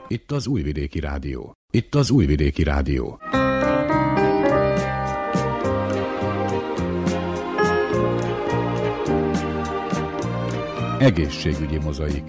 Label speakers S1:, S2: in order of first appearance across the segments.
S1: Itt az Újvidéki Rádió. Itt az Újvidéki Rádió. Egészségügyi mozaik.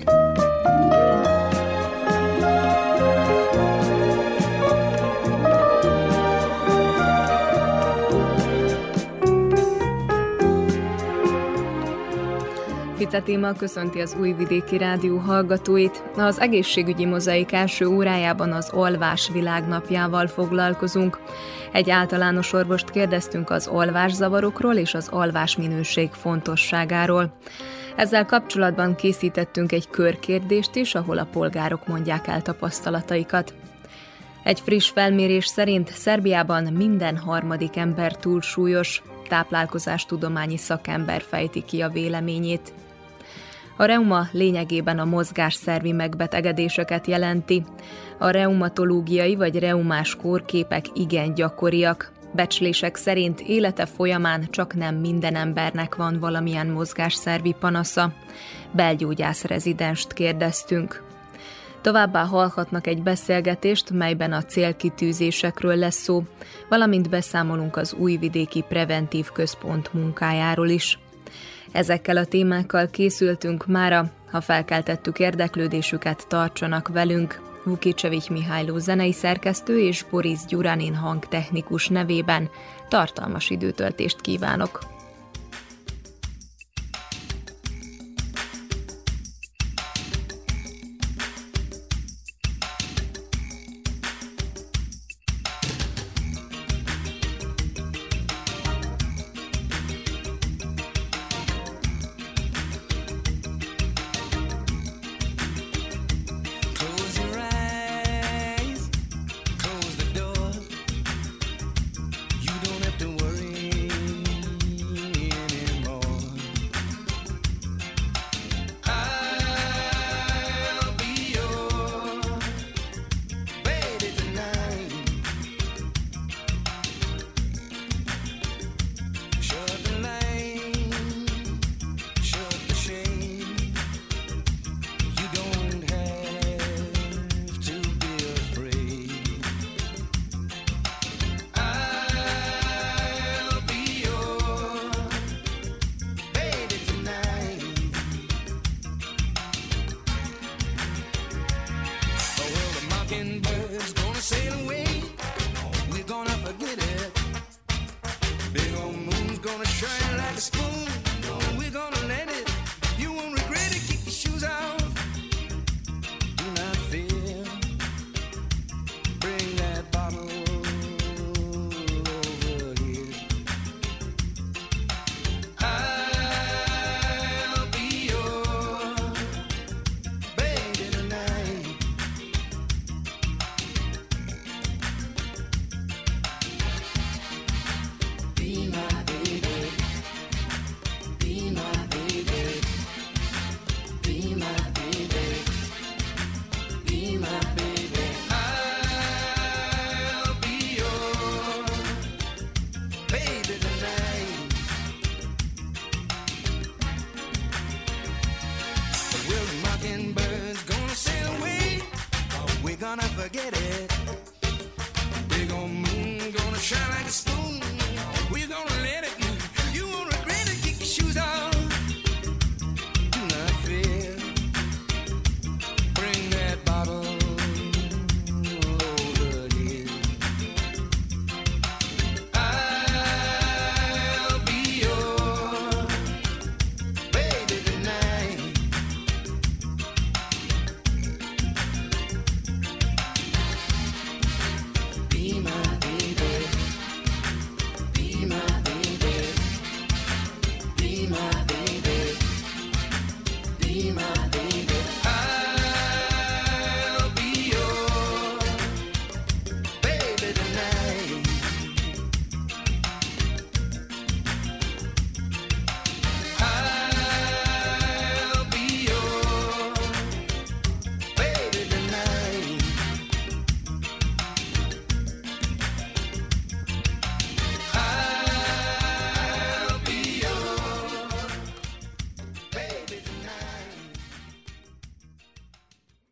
S2: Fice Téma köszönti az Újvidéki Rádió hallgatóit. Az egészségügyi mozaik első órájában az alvás világnapjával foglalkozunk. Egy általános orvost kérdeztünk az alvászavarokról és az alvásminőség fontosságáról. Ezzel kapcsolatban készítettünk egy körkérdést is, ahol a polgárok mondják el tapasztalataikat. Egy friss felmérés szerint Szerbiában minden harmadik ember túlsúlyos, táplálkozástudományi szakember fejti ki a véleményét. A reuma lényegében a mozgásszervi megbetegedéseket jelenti. A reumatológiai vagy reumás kórképek igen gyakoriak. Becslések szerint élete folyamán csaknem minden embernek van valamilyen mozgásszervi panasza. Belgyógyász rezidenst kérdeztünk. Továbbá hallhatnak egy beszélgetést, melyben a célkitűzésekről lesz szó, valamint beszámolunk az Újvidéki Preventív Központ munkájáról is. Ezekkel a témákkal készültünk mára, ha felkeltettük érdeklődésüket, tartsanak velünk. Vukicevics Mihályló zenei szerkesztő és Boris Gyuranin hangtechnikus nevében tartalmas időtöltést kívánok.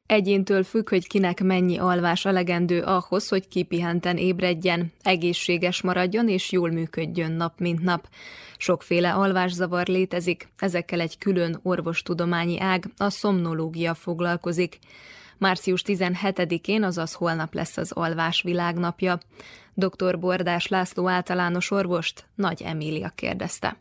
S2: Egyéntől függ, hogy kinek mennyi alvás elegendő ahhoz, hogy kipihenten ébredjen, egészséges maradjon és jól működjön nap mint nap. Sokféle alvászavar létezik, ezekkel egy külön orvostudományi ág, a szomnológia foglalkozik. Március 17-én, azaz holnap lesz az alvás világnapja. Dr. Bordás László általános orvost Nagy Emília kérdezte.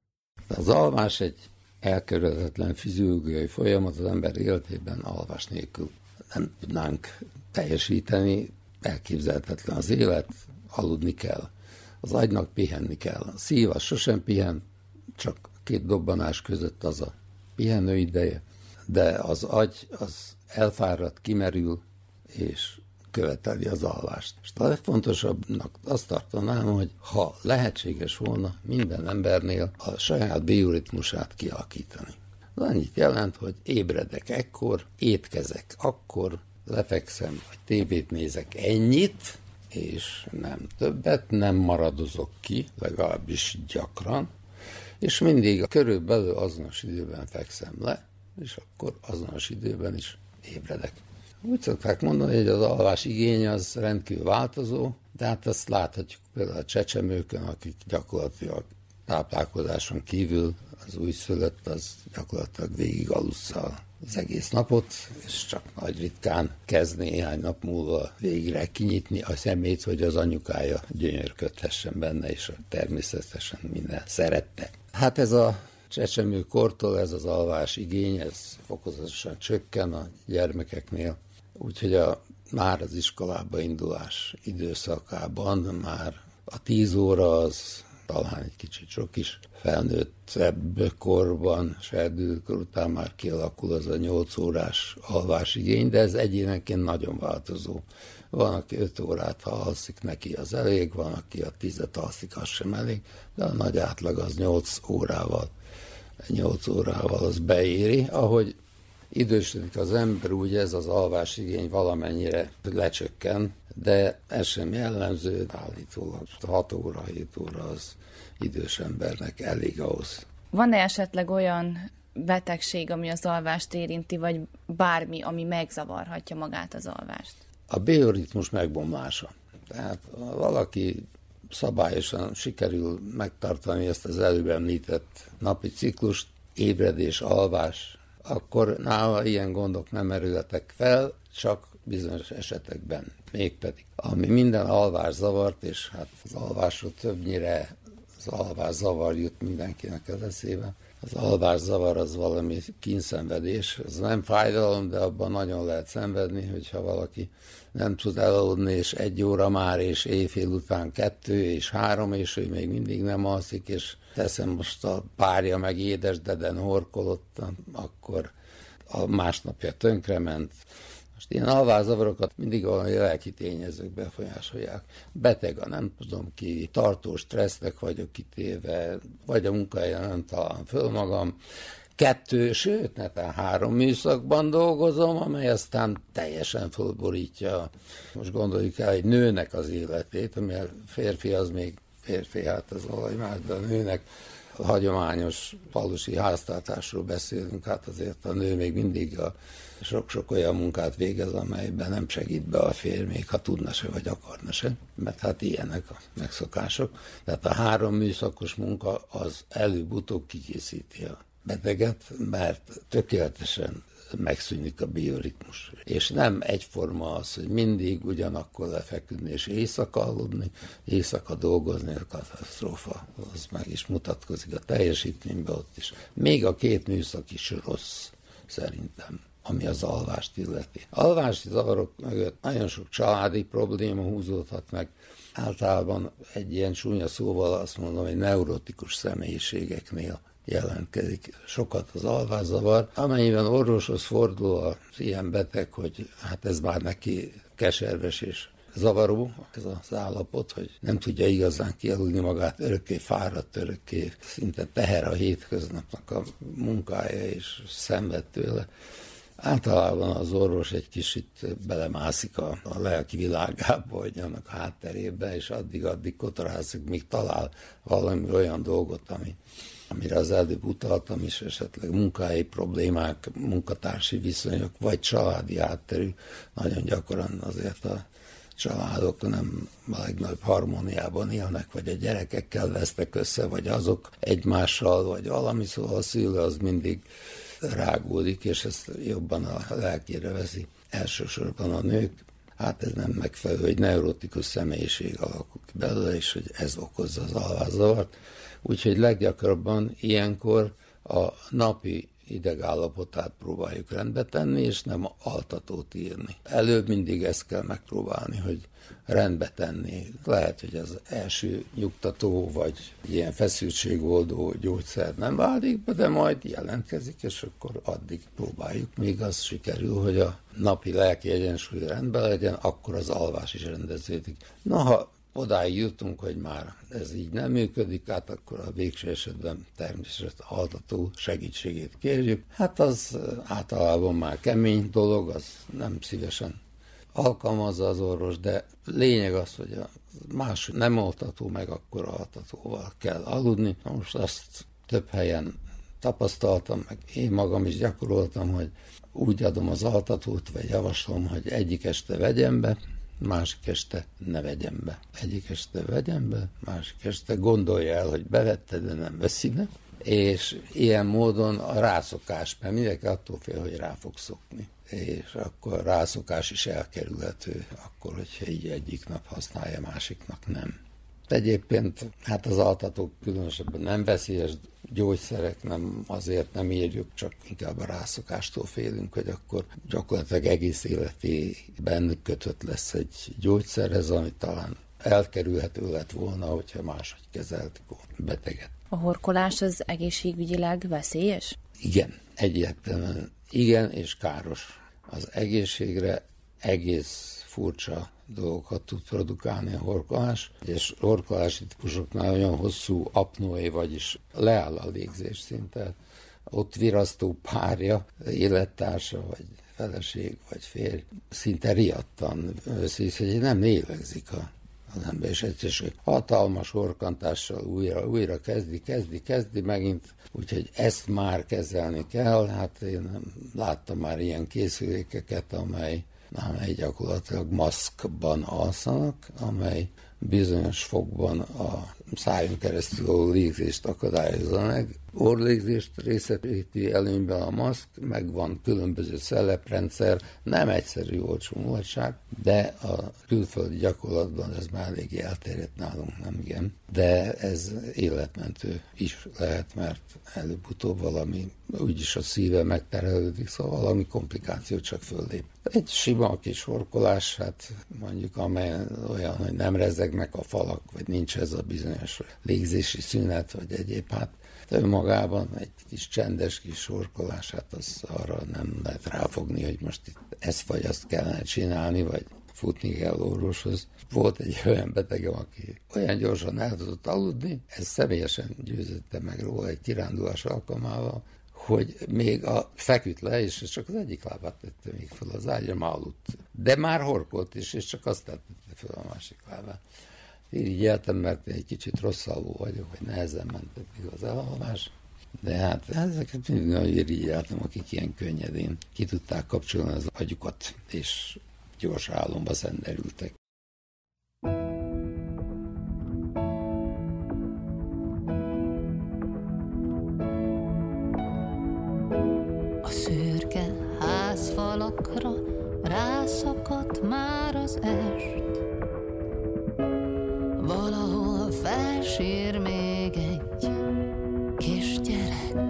S3: Az alvás egy elkerülhetetlen fiziológiai folyamat az ember életében, alvás nélkül nem tudnánk teljesíteni, elképzelhetetlen az élet, aludni kell. Az agynak pihenni kell. A szív az sosem pihen, csak 2 dobbanás között az a pihenő ideje, de az agy az elfárad, kimerül, és követeli az alvást. És a legfontosabbnak azt tartanám, hogy ha lehetséges volna minden embernél a saját bioritmusát kialakítani. Az annyit jelent, hogy ébredek ekkor, étkezek akkor, lefekszem, vagy tévét nézek ennyit, és nem többet, nem maradozok ki, legalábbis gyakran, és mindig körülbelül azonos időben fekszem le, és akkor azonos időben is ébredek. Úgy szokták mondani, hogy az alvás igény az rendkívül változó, de hát azt láthatjuk például a csecsemőkön, akik gyakorlatilag táplálkozáson kívül az újszülött, az gyakorlatilag végig alussza az egész napot, és csak nagy ritkán kezd néhány nap múlva végre kinyitni a szemét, hogy az anyukája gyönyörködhessen benne, és természetesen minden szerette. Hát ez a csecsemőkortól ez az alvás igény, ez fokozatosan csökken a gyermekeknél, úgyhogy már az iskolába indulás időszakában már a 10 óra az talán egy kicsit sok is, felnőttebb korban, serdülőkor után már kialakul az a 8 órás alvásigény, de ez egyénenként nagyon változó. Van, aki 5 órát, ha alszik, neki az elég, van, aki a 10-et alszik, az sem elég, de a nagy átlag az 8 órával az beéri. Ahogy idősödik az ember, úgy ez az alvásigény valamennyire lecsökken, de ez sem jellemző, állítólag 6 óra, 7 óra az idős embernek elég ahhoz.
S4: Van-e esetleg olyan betegség, ami az alvást érinti, vagy bármi, ami megzavarhatja magát az alvást?
S3: A bioritmus megbomlása. Tehát valaki szabályosan sikerül megtartani ezt az előbb említett napi ciklust, ébredés, alvás, akkor nála ilyen gondok nem merülhetnek fel, csak bizonyos esetekben. Mégpedig, ami minden alvászavart, és hát az alvásról többnyire az alvászavar jut mindenkinek az eszébe. Az alvászavar az valami kínszenvedés, az nem fájdalom, de abban nagyon lehet szenvedni, hogyha valaki nem tud elaludni, és 1 óra már, és éjfél után 2 és 3, és ő még mindig nem alszik, és teszem most a párja meg édesdeden horkolott, akkor a másnapja tönkrement. Most ilyen alvászavarokat mindig valami lelki tényezők befolyásolják. Beteg a nem tudom ki, tartós stressznek vagyok kitéve, vagy a munkahelyen nem találom föl magam. 2, sőt, netán 3 műszakban dolgozom, amely aztán teljesen fölborítja. Most gondoljuk el egy nőnek az életét, ami a férfi az még férfi, hát ez valami más, de a nőnek a hagyományos falusi háztartásról beszélünk, hát azért a nő még mindig a sok-sok olyan munkát végez, amelyben nem segít be a férj, még ha tudna se, vagy akarna se, mert hát ilyenek a megszokások. Tehát a 3 műszakos munka az előbb-utóbb kikészíti a beteget, mert tökéletesen megszűnik a bioritmus. És nem egyforma az, hogy mindig ugyanakkor lefeküdni és éjszaka aludni, éjszaka dolgozni, a katasztrófa. Az meg is mutatkozik a teljesítményben ott is. Még a 2 műszak is rossz, szerintem, ami az alvást illeti. Alvási zavarok mögött nagyon sok családi probléma húzódhat meg. Általában egy ilyen csúnya szóval azt mondom, hogy neurotikus személyiségeknél jelentkezik sokat az alvászavar, amennyiben orvoshoz fordul az ilyen beteg, hogy hát ez már neki keserves és zavaró, ez az állapot, hogy nem tudja igazán kialudni magát, örökké fáradt, örökké szinte teher a hétköznapnak a munkája, és szenved tőle. Általában az orvos egy kicsit belemászik a lelki világába, vagy annak hátterébe, és addig kotorázik, míg talál valami olyan dolgot, ami amire az előbb utaltam is, esetleg munkahelyi problémák, munkatársi viszonyok, vagy családi hátterű, nagyon gyakran azért a családok nem a legnagyobb harmóniában élnek, vagy a gyerekekkel vesznek össze, vagy azok egymással, vagy valami, szóval a szülő az mindig rágódik, és ezt jobban a lelkére veszi. Elsősorban a nők. Hát ez nem megfelelő, hogy neurotikus személyiség alakul ki belőle, és hogy ez okozza az alvászavart. Úgyhogy leggyakrabban ilyenkor a napi idegállapotát próbáljuk rendbe tenni, és nem altatót írni. Előbb mindig ezt kell megpróbálni, hogy rendbe tenni. Lehet, hogy az első nyugtató, vagy ilyen feszültségoldó gyógyszer nem válik, de majd jelentkezik, és akkor addig próbáljuk, míg az sikerül, hogy a napi lelki egyensúly rendben legyen, akkor az alvás is rendeződik. Ha odáig jutunk, hogy már ez így nem működik, hát akkor a végső esetben természetesen altató segítségét kérjük. Hát az általában már kemény dolog, az nem szívesen alkalmazza az orvos, de lényeg az, hogy a más nem altató, meg akkor altatóval kell aludni. Most azt több helyen tapasztaltam, meg én magam is gyakoroltam, hogy úgy adom az altatót, vagy javaslom, hogy egyik este vegyem be, másik este ne vegyem be. Egyik este vegyem be, másik este gondolja el, hogy bevette, de nem veszi be. És ilyen módon a rászokás, mert mindenki attól fél, hogy rá fog szokni. És akkor a rászokás is elkerülhető, akkor, hogyha így egyik nap használja, másiknak nem. Egyébként hát az altatók különösebben nem veszélyes gyógyszerek, nem, azért nem írjuk, csak inkább a rászokástól félünk, hogy akkor gyakorlatilag egész életében kötött lesz egy gyógyszerhez, ami talán elkerülhető lett volna, hogyha máshogy kezeltük a beteget.
S4: A horkolás az egészségügyileg veszélyes?
S3: Igen, egyértelműen igen, és káros. Az egészségre egész furcsa dolgokat tud produkálni a horkolás, és horkolási típusoknál olyan hosszú apnoé, vagyis leáll a légzés szinte. Ott virasztó párja, élettársa, vagy feleség, vagy férj szinte riadtan veszi, hogy nem lélegzik az ember, és egyszer hatalmas horkantással újra kezdi megint, úgyhogy ezt már kezelni kell. Hát én láttam már ilyen készülékeket, amely gyakorlatilag maszkban alszanak, amely bizonyos fokban a szájon keresztül a légzést akadályozza meg. Orlégzést részesíti előnyben a maszk, megvan különböző szeleprendszer, nem egyszerű olcsó mulatság, de a külföldi gyakorlatban ez már eléggé elterjedt nálunk, nem igen. De ez életmentő is lehet, mert előbb-utóbb valami, úgyis a szíve megterhelődik, szóval valami komplikáció csak föllép. Egy sima kis horkolás, hát mondjuk amely olyan, hogy nem rezegnek a falak, vagy nincs ez a bizonyos légzési szünet, vagy egyéb, hát önmagában egy kis csendes kis horkolás, hát az arra nem lehet ráfogni, hogy most itt ezt vagy azt kellene csinálni, vagy futni kell orvoshoz. Volt egy olyan betegem, aki olyan gyorsan el tudott aludni, ezt személyesen győzötte meg róla egy kirándulás alkalmával, hogy még feküdt le, és csak az egyik lábát tette még fel az ágyra, már aludt. De már horkolt is, és csak azt tette fel a másik lábát. Irigyeltem, mert egy kicsit rosszalvó vagyok, hogy nehezen ment az elalvás, de hát ezeket mindig nagyon irigyeltem, akik ilyen könnyedén ki tudták kapcsolni az agyukat, és gyors álomba szenderültek.
S5: A szürke házfalakra rászakadt már az est. Valahol felsír még egy kisgyerek.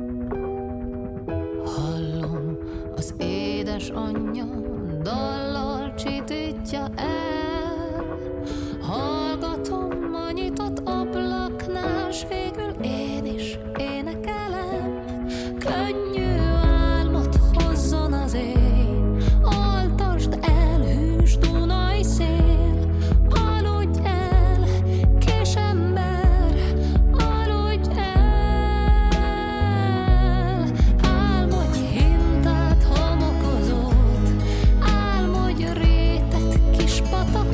S5: Hallom, az édesanyja dallal csitítja el. Hallgatom a nyitott ablaknál, s végül én is énekelem. Könnyű álmot hozzon az éj, altasd el hűs dunai szél. Patak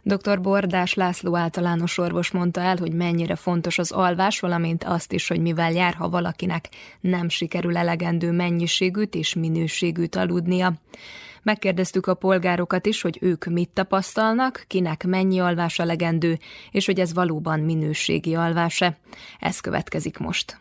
S2: Dr. Bordás László általános orvos mondta el, hogy mennyire fontos az alvás, valamint azt is, hogy mivel jár, ha valakinek nem sikerül elegendő mennyiségűt és minőségűt aludnia. Megkérdeztük a polgárokat is, hogy ők mit tapasztalnak, kinek mennyi alvás elegendő, és hogy ez valóban minőségi alvás-e. Ez következik most.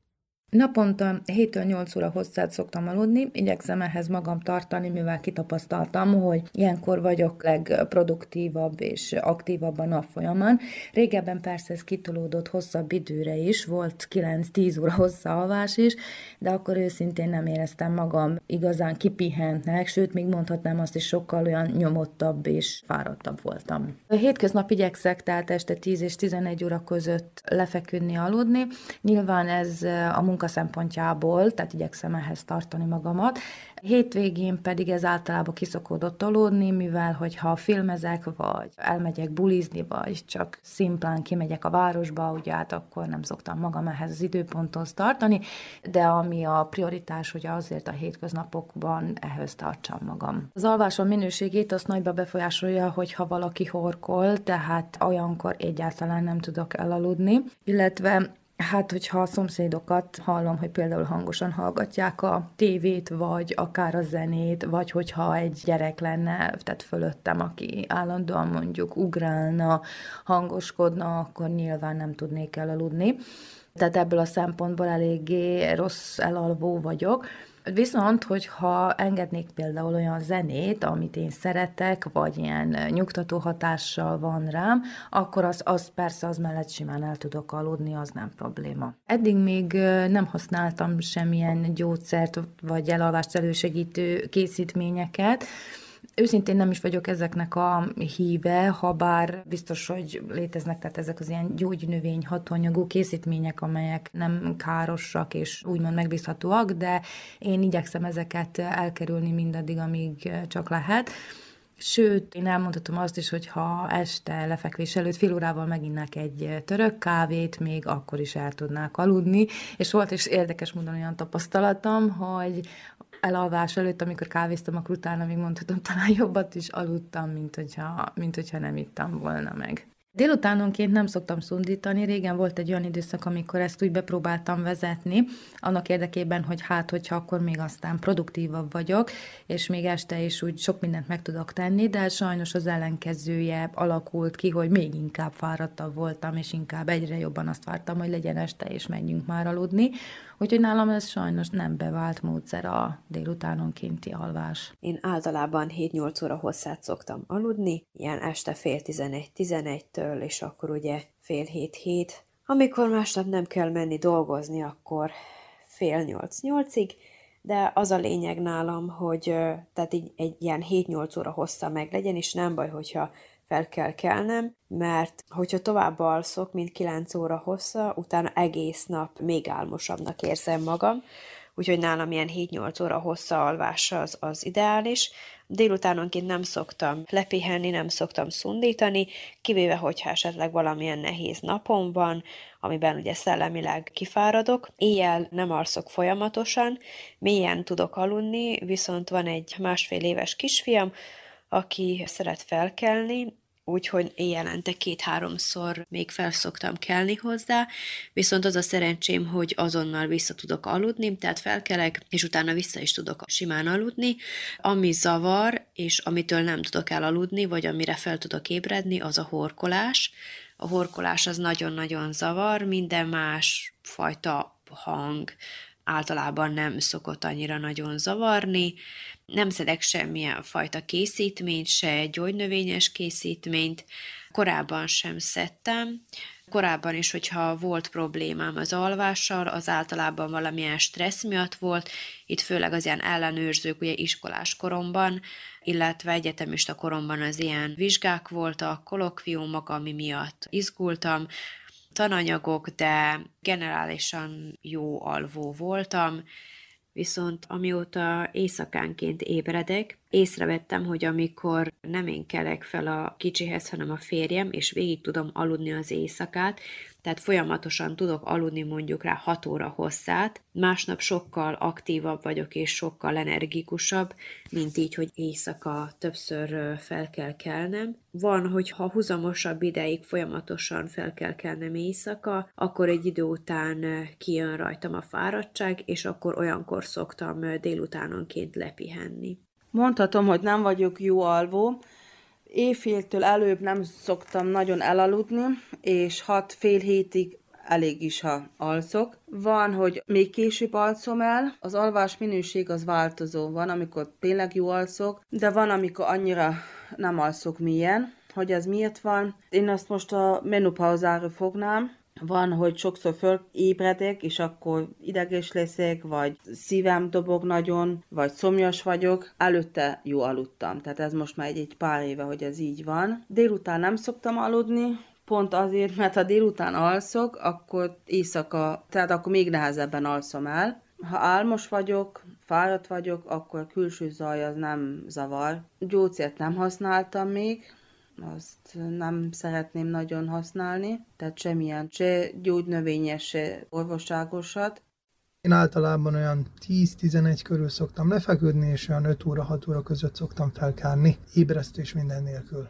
S6: Naponta 7-től 8 óra hosszát szoktam aludni, igyekszem ehhez magam tartani, mivel kitapasztaltam, hogy ilyenkor vagyok legproduktívabb és aktívabb a nap folyamán. Régebben persze ez kitolódott hosszabb időre is, volt 9-10 óra hossza alvás is, de akkor őszintén nem éreztem magam igazán kipihentnek, sőt, még mondhatnám azt is, sokkal olyan nyomottabb és fáradtabb voltam. A hétköznap igyekszek, tehát este 10 és 11 óra között lefeküdni, aludni. Nyilván ez a munka szempontjából, tehát igyekszem ehhez tartani magamat. Hétvégén pedig ez általában kiszokódott aludni, mivel hogyha filmezek, vagy elmegyek bulizni, vagy csak szimplán kimegyek a városba, ugye hát akkor nem szoktam magam ehhez az időponthoz tartani, de ami a prioritás, hogy azért a hétköznapokban ehhez tartsam magam. Az alvásom minőségét azt nagyba befolyásolja, hogyha valaki horkol, tehát olyankor egyáltalán nem tudok elaludni, illetve hát, hogyha a szomszédokat hallom, hogy például hangosan hallgatják a tévét, vagy akár a zenét, vagy hogyha egy gyerek lenne, tehát fölöttem, aki állandóan mondjuk ugrálna, hangoskodna, akkor nyilván nem tudnék elaludni. Tehát ebből a szempontból eléggé rossz elalvó vagyok. Viszont, hogyha engednék például olyan zenét, amit én szeretek, vagy ilyen nyugtató hatással van rám, akkor az persze az mellett simán el tudok aludni, az nem probléma. Eddig még nem használtam semmilyen gyógyszert, vagy elalvást elősegítő készítményeket. Őszintén nem is vagyok ezeknek a híve, habár biztos, hogy léteznek, tehát ezek az ilyen gyógynövény hatóanyagú készítmények, amelyek nem károsak és úgymond megbízhatóak, de én igyekszem ezeket elkerülni mindaddig, amíg csak lehet. Sőt, én elmondhatom azt is, hogy ha este lefekvés előtt fél órával meginnák egy török kávét, még akkor is el tudnák aludni, és volt is érdekes módon olyan tapasztalatom, hogy elalvás előtt, amikor kávéztam, akkor utána még mondhatom, talán jobbat is aludtam, mint hogyha nem ittam volna meg. Délutánonként nem szoktam szundítani, régen volt egy olyan időszak, amikor ezt úgy bepróbáltam vezetni, annak érdekében, hogy hogyha akkor még aztán produktívabb vagyok, és még este is úgy sok mindent meg tudok tenni, de sajnos az ellenkezője alakult ki, hogy még inkább fáradtabb voltam, és inkább egyre jobban azt vártam, hogy legyen este, és menjünk már aludni. Úgyhogy nálam ez sajnos nem bevált módszer a délutánonkénti alvás.
S7: Én általában 7-8 óra hosszát szoktam aludni, ilyen este fél 11-11-től, és akkor ugye fél 7-7. Amikor másnap nem kell menni dolgozni, akkor fél 8-8-ig, de az a lényeg nálam, hogy tehát így egy ilyen 7-8 óra hossza meg legyen, és nem baj, hogyha fel kell kelnem, mert hogyha tovább alszok, mint 9 óra hossza, utána egész nap még álmosabbnak érzem magam, úgyhogy nálam ilyen 7-8 óra hossza alvása az ideális. Délutánonként nem szoktam lepihenni, nem szoktam szundítani, kivéve, hogyha esetleg valamilyen nehéz napom van, amiben ugye szellemileg kifáradok. Éjjel nem alszok folyamatosan, mélyen tudok aludni, viszont van egy 1,5 éves kisfiam, aki szeret felkelni, úgyhogy éjjelente 2-3-szor még fel szoktam kelni hozzá, viszont az a szerencsém, hogy azonnal vissza tudok aludni, tehát felkelek, és utána vissza is tudok simán aludni. Ami zavar, és amitől nem tudok elaludni, vagy amire fel tudok ébredni, az a horkolás. A horkolás az nagyon-nagyon zavar, minden más fajta hang általában nem szokott annyira nagyon zavarni. Nem szedek semmilyen fajta készítményt, se gyógynövényes készítményt. Korábban sem szedtem. Korábban is, hogyha volt problémám az alvással, az általában valamilyen stressz miatt volt. Itt főleg az ilyen ellenőrzők, ugye iskolás koromban, illetve egyetemista koromban az ilyen vizsgák voltak, kollokviumok, ami miatt izgultam, tananyagok, de generálisan jó alvó voltam, viszont amióta éjszakánként ébredek, észrevettem, hogy amikor nem én kelek fel a kicsihez, hanem a férjem, és végig tudom aludni az éjszakát, tehát folyamatosan tudok aludni mondjuk rá 6 óra hosszát, másnap sokkal aktívabb vagyok és sokkal energikusabb, mint így, hogy éjszaka többször fel kell kelnem. Van, hogy ha huzamosabb ideig folyamatosan fel kell kelnem éjszaka, akkor egy idő után kijön rajtam a fáradtság, és akkor olyankor szoktam délutánonként lepihenni.
S8: Mondhatom, hogy nem vagyok jó alvó. Éjféltől előbb nem szoktam nagyon elaludni, és 6 fél hétig elég is, ha alszok. Van, hogy még később alszom el, az alvás minőség az változó. Van, amikor tényleg jó alszok, de van, amikor annyira nem alszok mélyen. Hogy ez miért van? Én azt most a menopauzára fognám. Van, hogy sokszor fölébredek, és akkor ideges leszek, vagy szívem dobog nagyon, vagy szomjas vagyok. Előtte jó aludtam, tehát ez most már egy pár éve, hogy ez így van. Délután nem szoktam aludni, pont azért, mert ha délután alszok, akkor éjszaka, tehát akkor még nehezebben alszom el. Ha álmos vagyok, fáradt vagyok, akkor a külső zaj az nem zavar. Gyógyszert nem használtam még, azt nem szeretném nagyon használni, tehát semmilyen, se gyógynövényes, se orvosságosat.
S9: Én általában olyan 10-11 körül szoktam lefeküdni, és olyan 5 óra, 6 óra között szoktam felkelni, ébresztés minden nélkül.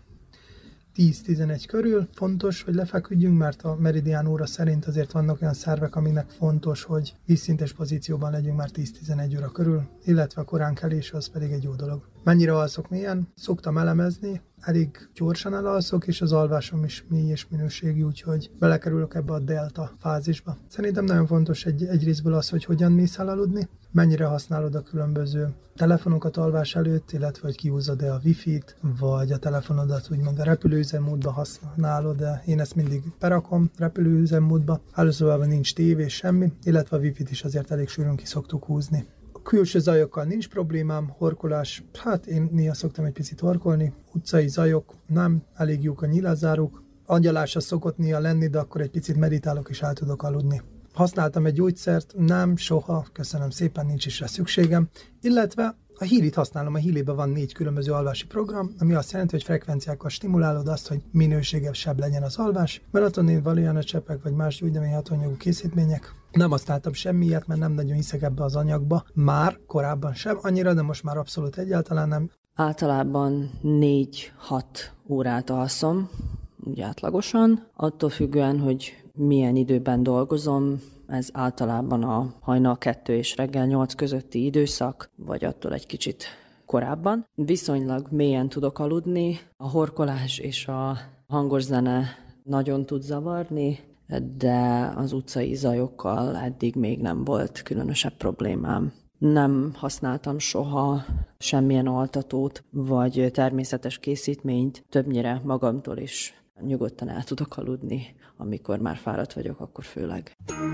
S9: 10-11 körül fontos, hogy lefeküdjünk, mert a meridián óra szerint azért vannak olyan szervek, aminek fontos, hogy vízszintes pozícióban legyünk már 10-11 óra körül, illetve a koránkelés az pedig egy jó dolog. Mennyire alszok mélyen? Szoktam elemezni, elég gyorsan elalszok, és az alvásom is mély és minőségi, úgyhogy belekerülök ebbe a delta fázisba. Szerintem nagyon fontos egy részből az, hogy hogyan mész el aludni, mennyire használod a különböző telefonokat alvás előtt, illetve hogy kihúzod-e a wifi-t, vagy a telefonodat úgymond a repülőüzemmódba használod, de én ezt mindig berakom repülőüzemmódba. Előszobában nincs tévé, semmi, illetve a wifi-t is azért elég sűrűn ki szoktuk húzni. Külső zajokkal nincs problémám, horkolás, hát én néha szoktam egy picit horkolni, utcai zajok, nem, elég jók a nyilázárók, agyalás az szokott néha lenni, de akkor egy picit meditálok és el tudok aludni. Használtam egy gyógyszert, nem, soha, köszönöm szépen, nincs is rá szükségem, illetve a Healit használom, a Healében van 4 különböző alvási program, ami azt jelenti, hogy frekvenciákkal stimulálod azt, hogy minőségesebb legyen az alvás. Melatonin, valeriana cseppek vagy más gyógynövény hatóanyagú készítmények. Nem használtam semmiért, mert nem nagyon hiszek ebbe az anyagba. Már korábban sem annyira, de most már abszolút egyáltalán nem.
S10: Általában 4-6 órát alszom, úgy átlagosan. Attól függően, hogy milyen időben dolgozom, ez általában a hajnal 2 és reggel 8 közötti időszak, vagy attól egy kicsit korábban. Viszonylag mélyen tudok aludni, a horkolás és a hangos zene nagyon tud zavarni, de az utcai zajokkal eddig még nem volt különösebb problémám. Nem használtam soha semmilyen altatót, vagy természetes készítményt, többnyire magamtól is nyugodtan el tudok aludni, amikor már fáradt vagyok, akkor főleg.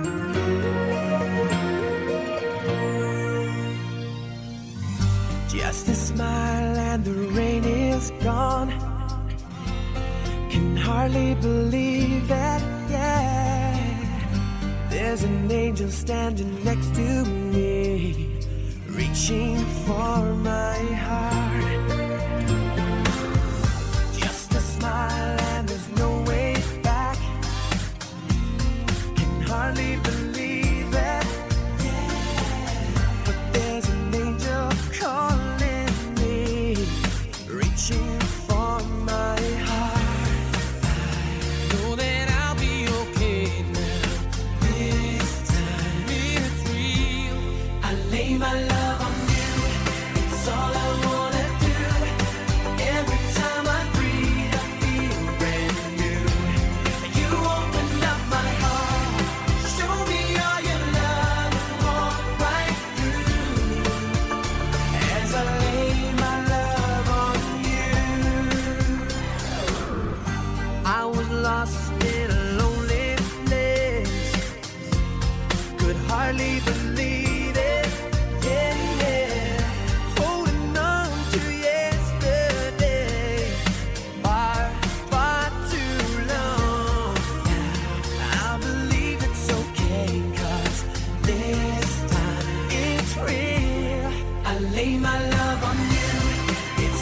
S11: Just a smile and the rain is gone. Can hardly believe it, yeah. There's an angel standing next to me, reaching for my heart. Just a smile and there's no way back. Can hardly believe it, yeah. But there's an angel calling me, reaching for my heart. I know that I'll be okay now. This time it's real. I lay my love on you. It's all I wanna do. Every time I breathe, I feel brand new. You open up my heart, show me all your love, and walk right through. As I lay my love on you, I was lost in a lonely place, could hardly believe it, yeah, yeah. Holding on to yesterday, far, far too long. I believe it's okay, 'cause this time it's real. I lay my love on you.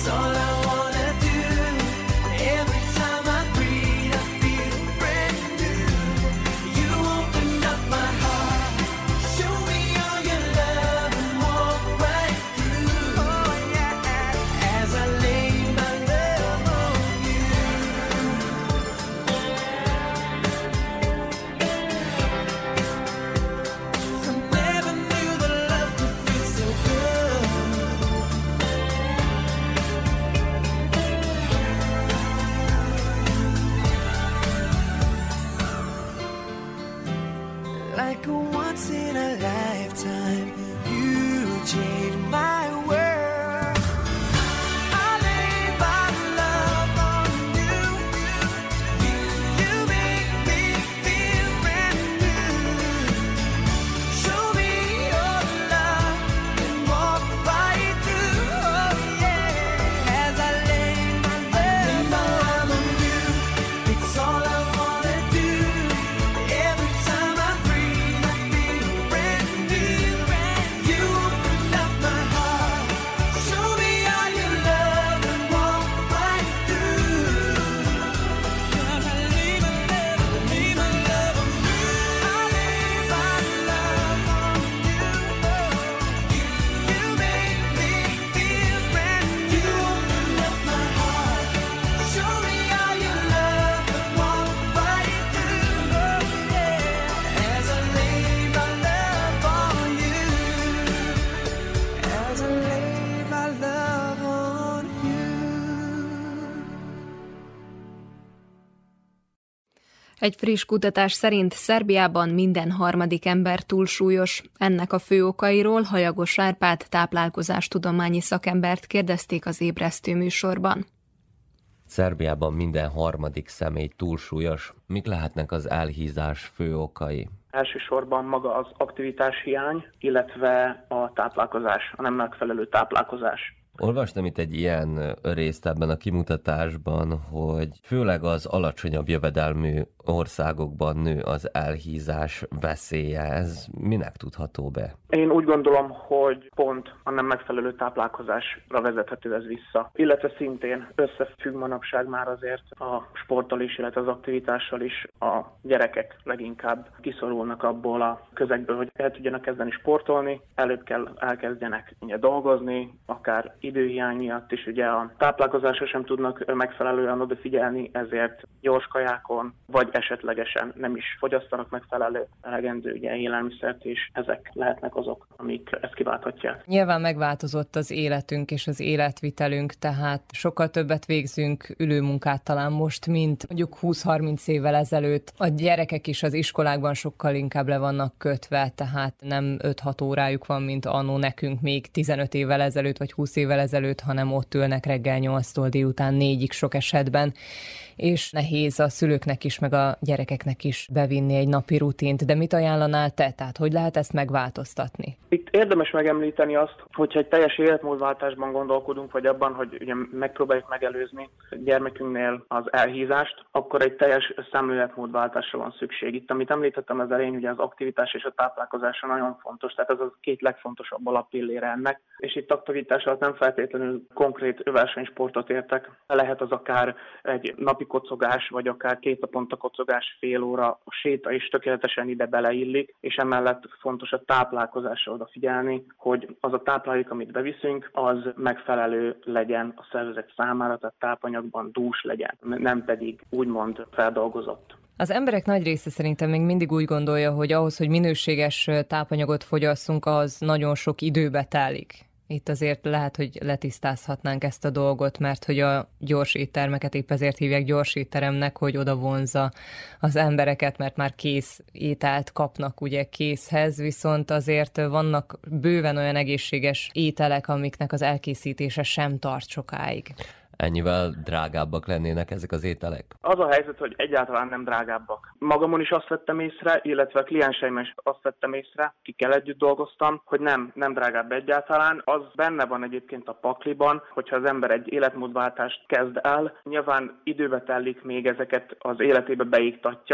S11: Like a once in a lifetime, you changed my world. I lay my love on you. You make me feel brand new. Show me your love and walk right through. Oh yeah, as I lay my love on you, it's all I wanna do. Every time I breathe, I feel brand new. You open up my heart, show me all your love and walk right through. 'Cause I lay my love on you. I lay my love on you. You make me feel brand new. You open up my heart, show me all your love and walk right through. Oh yeah, as I lay my love on you. As I lay my love on you.
S2: Egy friss kutatás szerint Szerbiában minden harmadik ember túlsúlyos. Ennek a fő okairól Hajagos Árpád táplálkozástudományi szakembert kérdezték az ébresztő műsorban.
S12: Szerbiában minden harmadik személy túlsúlyos. Mik lehetnek az elhízás fő okai?
S13: Elsősorban maga az aktivitás hiány, illetve a táplálkozás, a nem megfelelő táplálkozás.
S12: Olvastam itt egy ilyen részt ebben a kimutatásban, hogy főleg az alacsonyabb jövedelmű országokban nő az elhízás veszélye. Ez minek tudható be?
S13: Én úgy gondolom, hogy pont a nem megfelelő táplálkozásra vezethető ez vissza. Illetve szintén összefügg manapság már azért a sporttal is, illetve az aktivitással is. A gyerekek leginkább kiszorulnak abból a közegből, hogy el tudjanak kezdeni sportolni, előbb kell elkezdjenek dolgozni, akár időhiány miatt is ugye a táplálkozásra sem tudnak megfelelően odafigyelni, ezért gyors kajákon, vagy esetlegesen nem is fogyasztanak megfelelő elegendő élelmiszert, és ezek lehetnek azok, amik ezt kiválthatják.
S14: Nyilván megváltozott az életünk és az életvitelünk, tehát sokkal többet végzünk ülőmunkát talán most, mint mondjuk 20-30 évvel ezelőtt. A gyerekek is az iskolákban sokkal inkább le vannak kötve, tehát nem 5-6 órájuk van, mint annó nekünk még 15 évvel ezelőtt, vagy 20 évvel ezelőtt, hanem ott ülnek reggel 8-tól délután 4-ig sok esetben, és nehéz a szülőknek is, meg a gyerekeknek is bevinni egy napi rutint. De mit ajánlanál te? Tehát hogy lehet ezt megváltoztatni?
S13: Itt érdemes megemlíteni azt, hogyha egy teljes életmódváltásban gondolkodunk, vagy abban, hogy ugye megpróbáljuk megelőzni gyermekünknél az elhízást, akkor egy teljes szemléletmódváltásra van szükség. Itt, amit említettem az elején, ugye az aktivitás és a táplálkozása nagyon fontos, tehát ez a két legfontosabb alappillére ennek. És itt aktivitás alatt nem feltétlenül konkrét versenysportot értek. Lehet az akár egy napi kocogás, vagy akár 2 naponta kocogás, fél óra, a séta is tökéletesen ide beleillik, és emellett fontos a táplálkozásra odafigyelni, hogy az a táplálék, amit beviszünk, az megfelelő legyen a szervezet számára, tehát tápanyagban dús legyen, nem pedig úgymond feldolgozott.
S14: Az emberek nagy része szerintem még mindig úgy gondolja, hogy ahhoz, hogy minőséges tápanyagot fogyasszunk, az nagyon sok időbe telik. Itt azért lehet, hogy letisztázhatnánk ezt a dolgot, mert hogy a gyors éttermeket épp ezért hívják gyors étteremnek, hogy oda vonzza az embereket, mert már kész ételt kapnak ugye készhez, viszont azért vannak bőven olyan egészséges ételek, amiknek az elkészítése sem tart sokáig.
S12: Ennyivel drágábbak lennének ezek az ételek?
S13: Az a helyzet, hogy egyáltalán nem drágábbak. Magamon is azt vettem észre, illetve a klienseim is azt vettem észre, akikkel együtt dolgoztam, hogy nem drágább egyáltalán. Az benne van egyébként a pakliban, hogyha az ember egy életmódváltást kezd el, nyilván időbe telik, még ezeket az életébe beiktatja,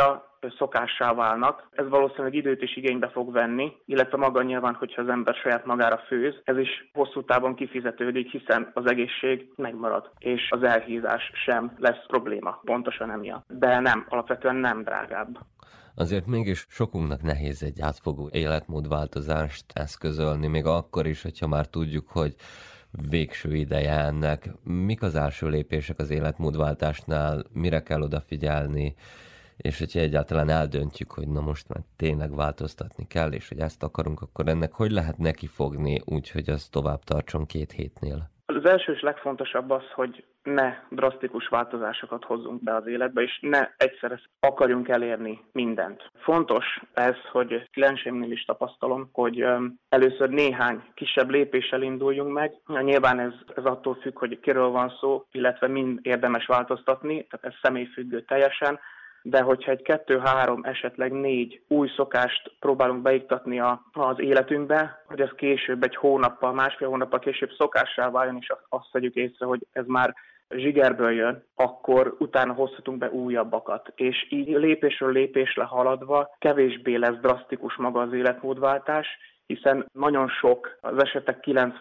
S13: szokássá válnak. Ez valószínűleg időt is igénybe fog venni, illetve maga nyilván, hogyha az ember saját magára főz, ez is hosszú távon kifizetődik, hiszen az egészség megmarad, és az elhízás sem lesz probléma, pontosan emiatt. De nem, alapvetően nem drágább.
S12: Azért mégis sokunknak nehéz egy átfogó életmódváltozást eszközölni, még akkor is, hogyha már tudjuk, hogy végső ideje ennek. Mik az első lépések az életmódváltásnál, mire kell odafigyelni, és hogyha egyáltalán eldöntjük, hogy na most már tényleg változtatni kell, és hogy ezt akarunk, akkor ennek hogy lehet nekifogni úgy, hogy az tovább tartson 2 hétnél?
S13: Az első és legfontosabb az, hogy ne drasztikus változásokat hozzunk be az életbe, és ne egyszerre akarjunk elérni mindent. Fontos ez, hogy klienseimnél is tapasztalom, hogy először néhány kisebb lépéssel induljunk meg. Nyilván ez attól függ, hogy kiről van szó, illetve mind érdemes változtatni, tehát ez személyfüggő teljesen. De hogyha egy 2, 3, esetleg 4 új szokást próbálunk beiktatni az életünkbe, hogy ez később egy hónappal, 1,5 hónappal később szokássá váljon, és azt vegyük észre, hogy ez már zsigerből jön, akkor utána hozhatunk be újabbakat. És így lépésről lépésre haladva kevésbé lesz drasztikus maga az életmódváltás, hiszen nagyon sok, az esetek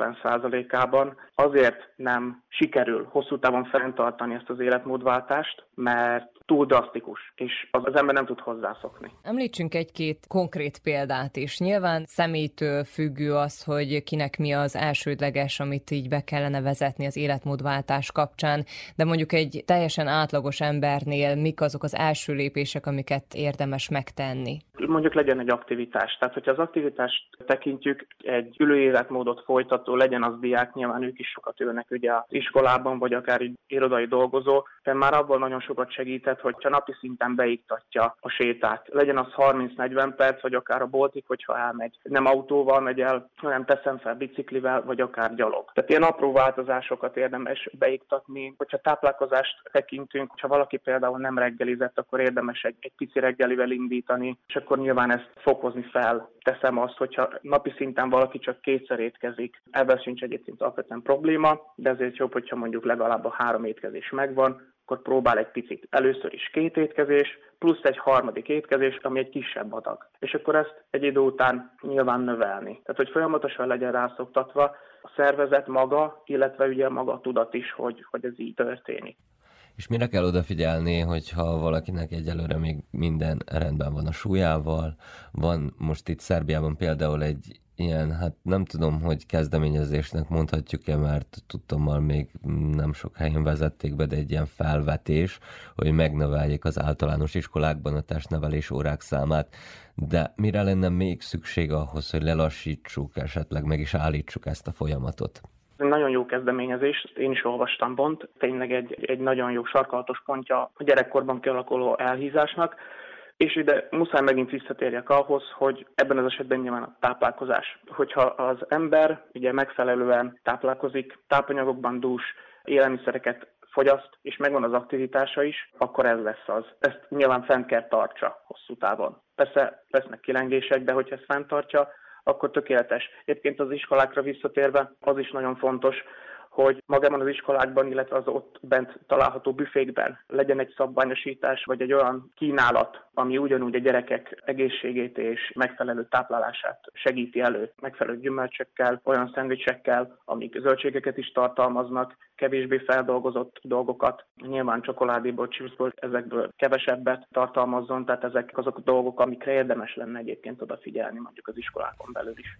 S13: 90%-ában azért nem sikerül hosszú távon fenntartani ezt az életmódváltást, mert túl drasztikus, és az ember nem tud hozzászokni.
S14: Említsünk 1-2 konkrét példát is. Nyilván személytől függő az, hogy kinek mi az elsődleges, amit így be kellene vezetni az életmódváltás kapcsán, de mondjuk egy teljesen átlagos embernél mik azok az első lépések, amiket érdemes megtenni?
S13: Mondjuk legyen egy aktivitás. Tehát, hogyha az aktivitást tekintjük, egy ülő életmódot folytató, legyen az diák, nyilván ők is sokat ülnek ugye az iskolában, vagy akár egy irodai dolgozó, de már abban nagyon sokat segített, hogyha napi szinten beiktatja a sétát. Legyen az 30-40 perc, vagy akár a boltig, hogyha elmegy. Nem autóval megy el, hanem teszem fel biciklivel, vagy akár gyalog. Tehát ilyen apró változásokat érdemes beiktatni. Hogyha táplálkozást tekintünk, ha valaki például nem reggelizett, akkor érdemes egy pici reggelivel indítani, és akkor nyilván ezt fokozni fel. Teszem azt, hogyha napi szinten valaki csak 2-szer étkezik, ebben sincs egyébként alapvetően probléma, de ezért jobb, hogyha mondjuk legalább a 3 étkezés megvan, akkor próbál egy picit. Először is 2 étkezés, plusz egy 3. étkezés, ami egy kisebb adag. És akkor ezt egy idő után nyilván növelni. Tehát, hogy folyamatosan legyen rászoktatva a szervezet maga, illetve ugye maga a tudat is, hogy ez így történik.
S12: És mire kell odafigyelni, hogyha valakinek egyelőre még minden rendben van a súlyával? Van most itt Szerbiában például egy ilyen, hát nem tudom, hogy kezdeményezésnek mondhatjuk-e, mert tudtommal még nem sok helyen vezették be, de egy ilyen felvetés, hogy megnöveljék az általános iskolákban a testnevelés órák számát. De mire lenne még szükség ahhoz, hogy lelassítsuk, esetleg meg is állítsuk ezt a folyamatot?
S13: Nagyon jó kezdeményezés, én is olvastam bont, tényleg egy nagyon jó sarkalatos pontja a gyerekkorban kialakuló elhízásnak, és ide muszáj megint visszatérjek ahhoz, hogy ebben az esetben nyilván a táplálkozás. Hogyha az ember ugye megfelelően táplálkozik, tápanyagokban dús élelmiszereket fogyaszt, és megvan az aktivitása is, akkor ez lesz az. Ezt nyilván fent kell tartsa hosszú távon. Persze lesznek kilengések, de hogyha ezt fent tartja, akkor tökéletes. Egyébként az iskolákra visszatérve az is nagyon fontos, hogy magában az iskolákban, illetve az ott bent található büfékben legyen egy szabványosítás, vagy egy olyan kínálat, ami ugyanúgy a gyerekek egészségét és megfelelő táplálását segíti elő. Megfelelő gyümölcsökkel, olyan szendvicsekkel, amik zöldségeket is tartalmaznak, kevésbé feldolgozott dolgokat, nyilván csokoládéból, chipsból, ezekből kevesebbet tartalmazzon, tehát ezek azok a dolgok, amikre érdemes lenne egyébként odafigyelni mondjuk az iskolákon belül is.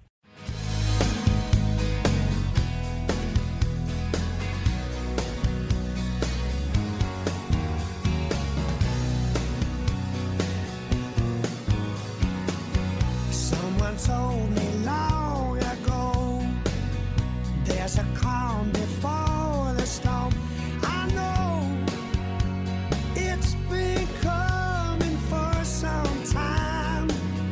S11: Told me long ago there's a calm before the storm. I know it's been coming for some time.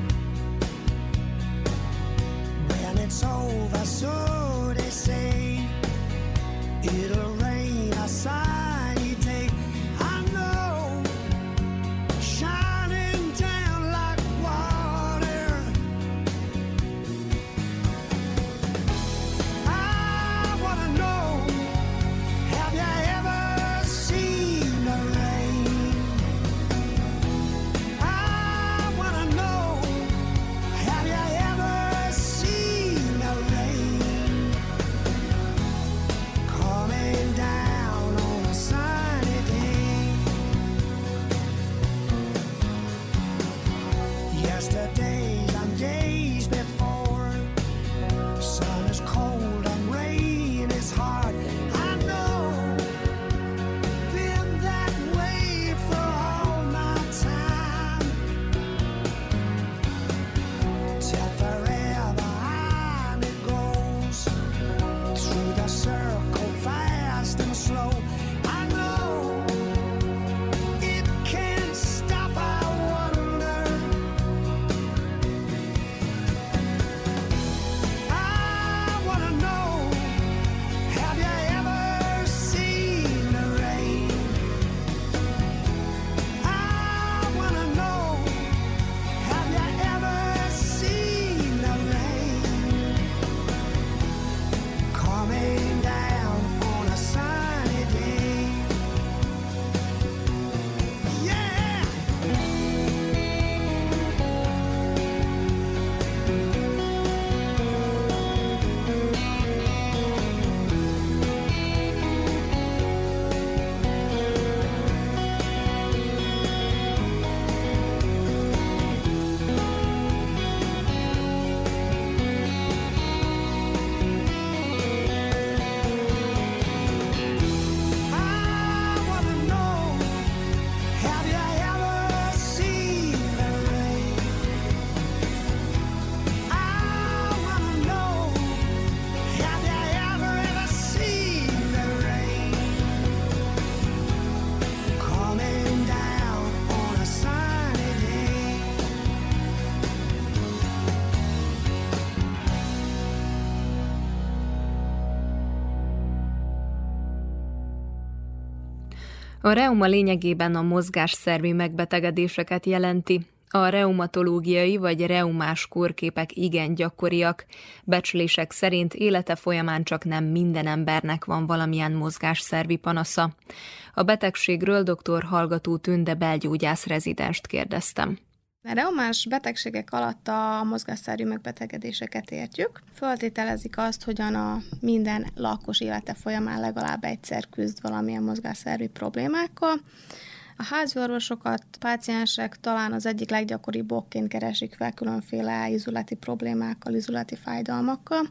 S11: When it's over, so they say, it'll rain a sunny day. I know, shining down like water. I
S2: A reuma lényegében a mozgásszervi megbetegedéseket jelenti. A reumatológiai vagy reumás kórképek igen gyakoriak. Becslések szerint élete folyamán csak nem minden embernek van valamilyen mozgásszervi panasza. A betegségről dr. Hallgató Tünde belgyógyász rezidenst kérdeztem.
S15: A reumás betegségek alatt a mozgásszervi megbetegedéseket értjük. Föltételezik azt, hogyan a minden lakos élete folyamán legalább egyszer küzd valamilyen mozgásszervi problémákkal. A háziorvosokat, páciensek talán az egyik leggyakoribb okként keresik fel különféle izületi problémákkal, izületi fájdalmakkal.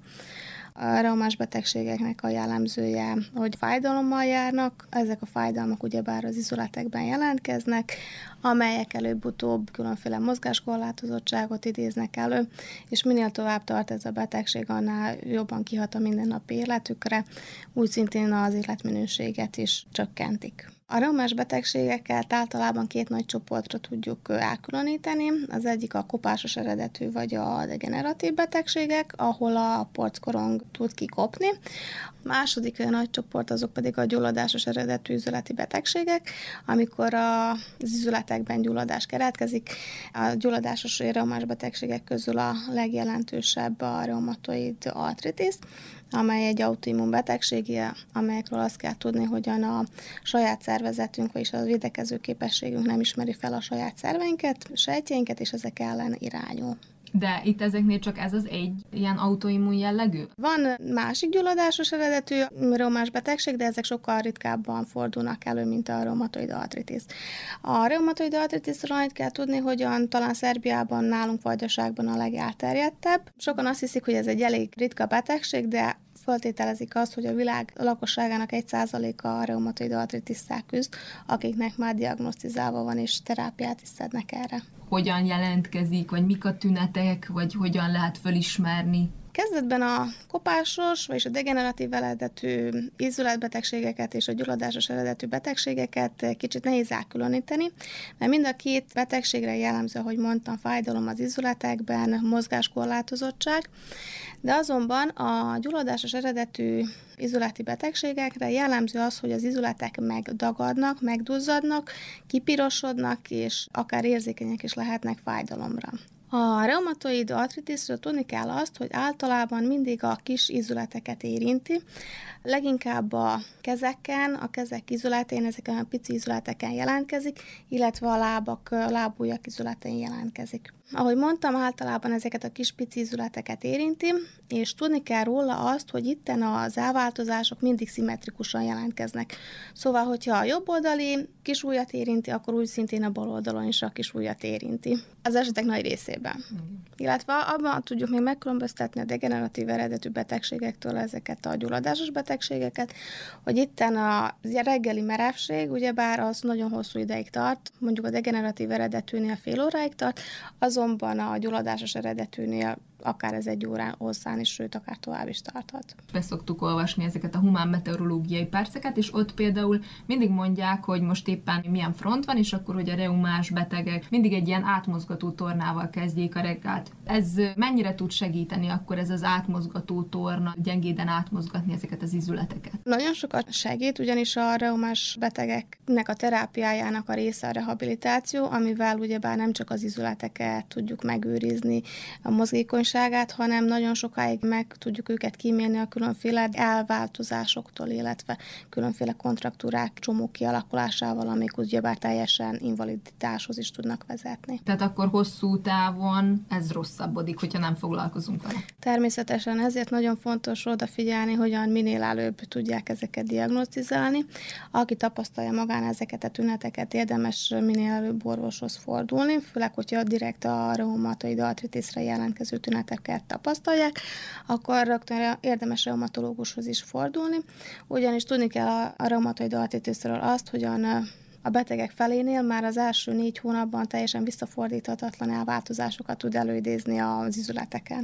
S15: A reumás betegségeknek a jellemzője, hogy fájdalommal járnak, ezek a fájdalmak ugyebár az izületekben jelentkeznek, amelyek előbb-utóbb különféle mozgáskorlátozottságot idéznek elő, és minél tovább tart ez a betegség, annál jobban kihat a mindennapi életükre, úgy szintén az életminőséget is csökkentik. A reumás betegségeket általában két nagy csoportra tudjuk elkülöníteni. Az egyik a kopásos eredetű vagy a degeneratív betegségek, ahol a porckorong tud kikopni. A második nagy csoport azok pedig a gyulladásos eredetű izületi betegségek, amikor az izületekben gyulladás keletkezik. A gyulladásos reumás betegségek közül a legjelentősebb a reumatoid artritis, amely egy autoimmun betegsége, amelyekről azt kell tudni, hogyan a saját szervezetünk, vagyis a védekező képességünk nem ismeri fel a saját szerveinket, sejtjeinket, és ezek ellen irányul.
S16: De itt ezeknél csak ez az egy ilyen autoimmun jellegű?
S15: Van másik gyulladásos eredetű reumás betegség, de ezek sokkal ritkábban fordulnak elő, mint a reumatoid artritis. A reumatoid artritisról annyit kell tudni, hogyan talán Szerbiában, nálunk Vajdaságban a legelterjedtebb. Sokan azt hiszik, hogy ez egy elég ritka betegség, de feltételezik azt, hogy a világ lakosságának 1%-a a reumatoid artritisszel küzd, akiknek már diagnosztizálva van, és terápiát is szednek erre.
S16: Hogyan jelentkezik, vagy mik a tünetek, vagy hogyan lehet felismerni?
S15: Kezdetben a kopásos, vagyis a degeneratív eredetű izületbetegségeket és a gyulladásos eredetű betegségeket kicsit nehéz elkülöníteni, mert mind a két betegségre jellemző, ahogy mondtam, fájdalom az izületekben, mozgáskorlátozottság, de azonban a gyulladásos eredetű izületi betegségekre jellemző az, hogy az izületek megdagadnak, megduzzadnak, kipirosodnak, és akár érzékenyek is lehetnek fájdalomra. A reumatoid artritisről tudni kell azt, hogy általában mindig a kis izületeket érinti, leginkább a kezeken, a kezek izületén, ezeken a pici izületeken jelentkezik, illetve a lábujjak izületén jelentkezik. Ahogy mondtam, általában ezeket a kis pici izületeket érinti, és tudni kell róla azt, hogy itten az elváltozások mindig szimmetrikusan jelentkeznek. Szóval, hogyha a jobb oldali kisujjat érinti, akkor úgy szintén a bal oldalon is a kisujjat érinti. Az esetek nagy részében. Illetve abban tudjuk még megkülönböztetni a degeneratív eredetű betegségektől ezeket a gyulladásos betegségeket, hogy itten a reggeli merevség, ugyebár az nagyon hosszú ideig tart, mondjuk a degeneratív eredetűnél fél óráig tart, azonban a gyulladásos eredetűnél akár ez egy órán hosszán is, sőt, akár tovább is tarthat.
S16: Be szoktuk olvasni ezeket a humán meteorológiai perceket, és ott például mindig mondják, hogy most éppen milyen front van, és akkor, hogy a reumás betegek mindig egy ilyen átmozgató tornával kezdjék a reggelt. Ez mennyire tud segíteni akkor ez az átmozgató torna, gyengéden átmozgatni ezeket az izületeket?
S15: Nagyon sokat segít, ugyanis a reumás betegeknek a terápiájának a része a rehabilitáció, amivel ugyebár nem csak az izületeket tudjuk megőrizni, a mozgékonyságát, hanem nagyon sokáig meg tudjuk őket kímélni a különféle elváltozásoktól, illetve különféle kontraktúrák csomó kialakulásával, amik ugyebár teljesen invaliditáshoz is tudnak vezetni.
S16: Tehát akkor hosszú távon ez rosszabbodik, hogyha nem foglalkozunk vele.
S15: Természetesen ezért nagyon fontos odafigyelni, hogyan minél előbb tudják ezeket diagnosztizálni. Aki tapasztalja magán ezeket a tüneteket, érdemes minél előbb orvoshoz fordulni, főleg, hogyha direkt a reumatoid artritisre jelentkező tüneteket tapasztalják, akkor rögtön érdemes reumatológushoz is fordulni, ugyanis tudni kell a reumatoid artritisről azt, hogyan a betegek felénél már az első 4 hónapban teljesen visszafordíthatatlan elváltozásokat tud előidézni az izületeken.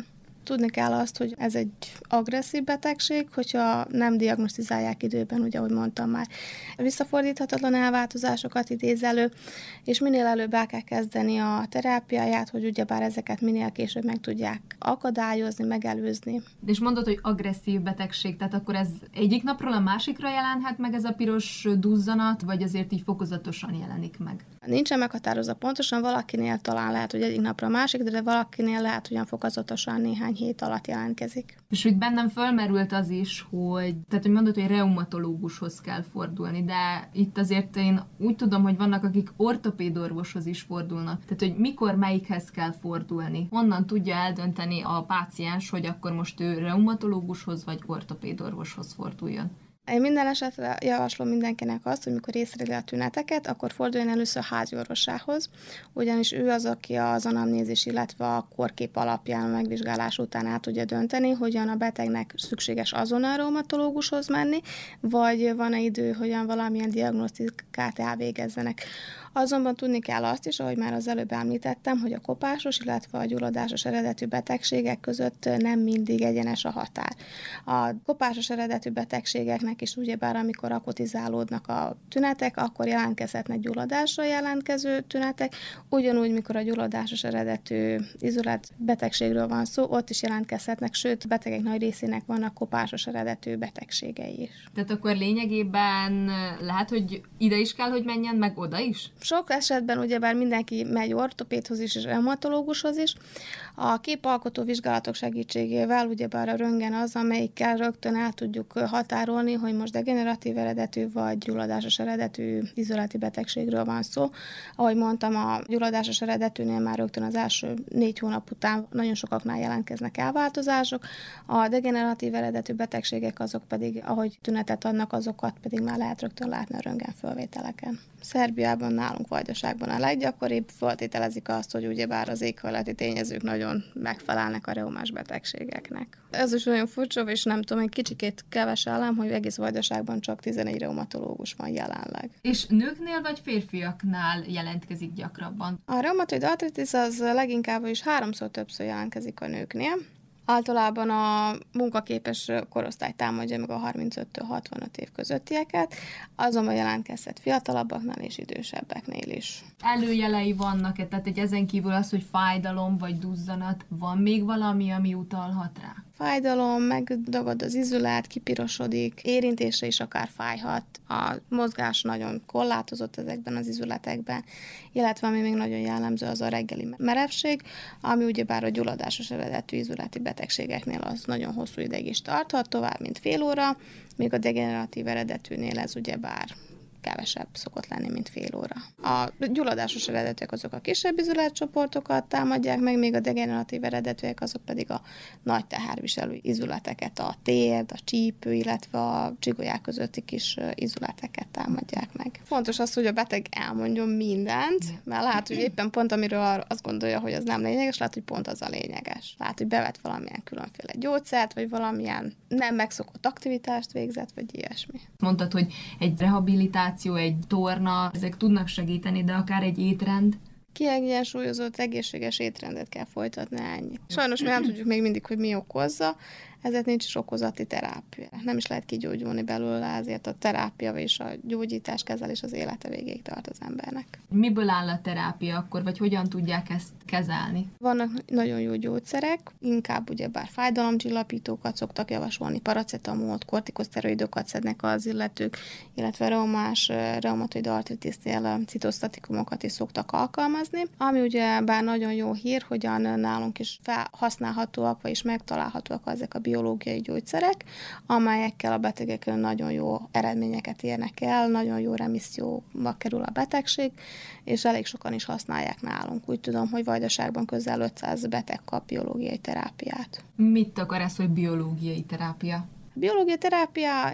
S15: Tudni kell azt, hogy ez egy agresszív betegség, hogyha nem diagnosztizálják időben, ugye, ahogy mondtam már, visszafordíthatatlan elváltozásokat idéz elő, és minél előbb el kell kezdeni a terápiáját, hogy ugyebár ezeket minél később meg tudják akadályozni, megelőzni.
S16: És mondod, hogy agresszív betegség, tehát akkor ez egyik napról a másikra jelenhet meg ez a piros duzzanat, vagy azért így fokozatosan jelenik meg?
S15: Nincsen meghatározva pontosan, valakinél talán lehet, hogy egyik napra a másik, de valakinél lehet, hogy fokozatosan néhány hét alatt jelentkezik.
S16: És úgy bennem fölmerült az is, hogy mondod, hogy reumatológushoz kell fordulni, de itt azért én úgy tudom, hogy vannak, akik ortopédorvoshoz is fordulnak. Tehát, hogy mikor melyikhez kell fordulni. Honnan tudja eldönteni a páciens, hogy akkor most ő reumatológushoz vagy ortopédorvoshoz forduljon?
S15: Én minden esetre javaslom mindenkinek azt, hogy mikor észreveli a tüneteket, akkor forduljon először a házi orvosához, ugyanis ő az, aki az anamnézis, illetve a korkép alapján a megvizsgálás után át tudja dönteni, hogyan a betegnek szükséges azonnal reumatológushoz menni, vagy van-e idő, hogyan valamilyen diagnosztikát elvégezzenek. Azonban tudni kell azt is, ahogy már az előbb említettem, hogy a kopásos, illetve a gyulladásos eredetű betegségek között nem mindig egyenes a határ. A kopásos eredetű betegségeknek is ugyebár, amikor akutizálódnak a tünetek, akkor jelentkezhetnek gyulladásra jelentkező tünetek, ugyanúgy, mikor a gyulladásos eredetű izolált betegségről van szó, ott is jelentkezhetnek, sőt, betegek nagy részének vannak kopásos eredetű betegségei is.
S16: Tehát akkor lényegében lehet, hogy ide is kell, hogy menjen, meg oda is?
S15: Sok esetben ugyebár mindenki megy ortopédhoz is és reumatológushoz is. A képalkotó vizsgálatok segítségével ugyebár a röntgen az, amelyikkel rögtön el tudjuk határolni, hogy most degeneratív eredetű vagy gyulladásos eredetű izolati betegségről van szó. Ahogy mondtam, a gyulladásos eredetűnél már rögtön az első 4 hónap után nagyon sokaknál jelentkeznek elváltozások. A degeneratív eredetű betegségek azok pedig, ahogy tünetet adnak, azokat pedig már lehet rögtön látni a röntgenfölvételeken. Szerbiában, nálunk Vajdaságban a leggyakoribb, feltételezik azt, hogy ugyebár az éghajlati tényezők nagyon megfelelnek a reumás betegségeknek. Ez is nagyon furcsa, és nem tudom, egy kicsikét keveselem, hogy egész Vajdaságban csak 11 reumatológus van jelenleg.
S16: És nőknél vagy férfiaknál jelentkezik gyakrabban?
S15: A reumatoid artritis az leginkább is 3-szor többször jelentkezik a nőknél. Általában a munkaképes korosztály támadja meg a 35-től 65 év közöttieket, azonban jelentkezhet fiatalabbaknál és idősebbeknél is.
S16: Előjelei vannak-e? Tehát egy ezen kívül az, hogy fájdalom vagy duzzanat, van még valami, ami utalhat rá?
S15: Fájdalom, megdagad az izület, kipirosodik, érintésre is akár fájhat. A mozgás nagyon korlátozott ezekben az izületekben, illetve ami még nagyon jellemző, az a reggeli merevség, ami ugyebár a gyulladásos eredetű izületi betegségeknél az nagyon hosszú ideig is tarthat, tovább mint fél óra, míg a degeneratív eredetűnél ez ugyebár kevesebb szokott lenni, mint fél óra. A gyulladásos eredetűek azok a kisebb izületcsoportokat támadják meg, még a degeneratív eredetűek azok pedig a nagy teherviselő izületeket, a térd, a csípő, illetve a csigolyák közötti kis izületeket támadják meg. Fontos az, hogy a beteg elmondjon mindent, mert lehet, hogy éppen pont amiről azt gondolja, hogy az nem lényeges, lehet, hogy pont az a lényeges. Lehet, hogy bevet valamilyen különféle gyógyszert, vagy valamilyen nem megszokott aktivitást végzett, vagy ilyesmi.
S16: Mondtad, hogy egy rehabilitáció, egy torna, ezek tudnak segíteni, de akár egy étrend?
S15: Kiegyensúlyozott, egészséges étrendet kell folytatni, ennyi. Sajnos mi nem tudjuk még mindig, hogy mi okozza, ezért nincs is okozati terápia. Nem is lehet kigyógyulni belőle, ezért a terápia és a gyógyítás, kezelés az élete végéig tart az embernek.
S16: Miből áll a terápia akkor, vagy hogyan tudják ezt kezelni?
S15: Vannak nagyon jó gyógyszerek, inkább ugyebár fájdalomcsillapítókat szoktak javasolni, paracetamolt, kortikoszteroidokat szednek az illetők, illetve reumatoid artritisnél citosztatikumokat is szoktak alkalmazni, ami ugyebár nagyon jó hír, hogyan nálunk is felhasználhatóak, vagyis megtalálhatóak ezek a biológiai gyógyszerek, amelyekkel a betegek nagyon jó eredményeket érnek el, nagyon jó remisszióba kerül a betegség, és elég sokan is használják nálunk. Úgy tudom, hogy Vajdaságban közel 500 beteg kap biológiai terápiát.
S16: Mit akar ez, hogy biológiai terápia?
S15: A biológiai terápia ilyen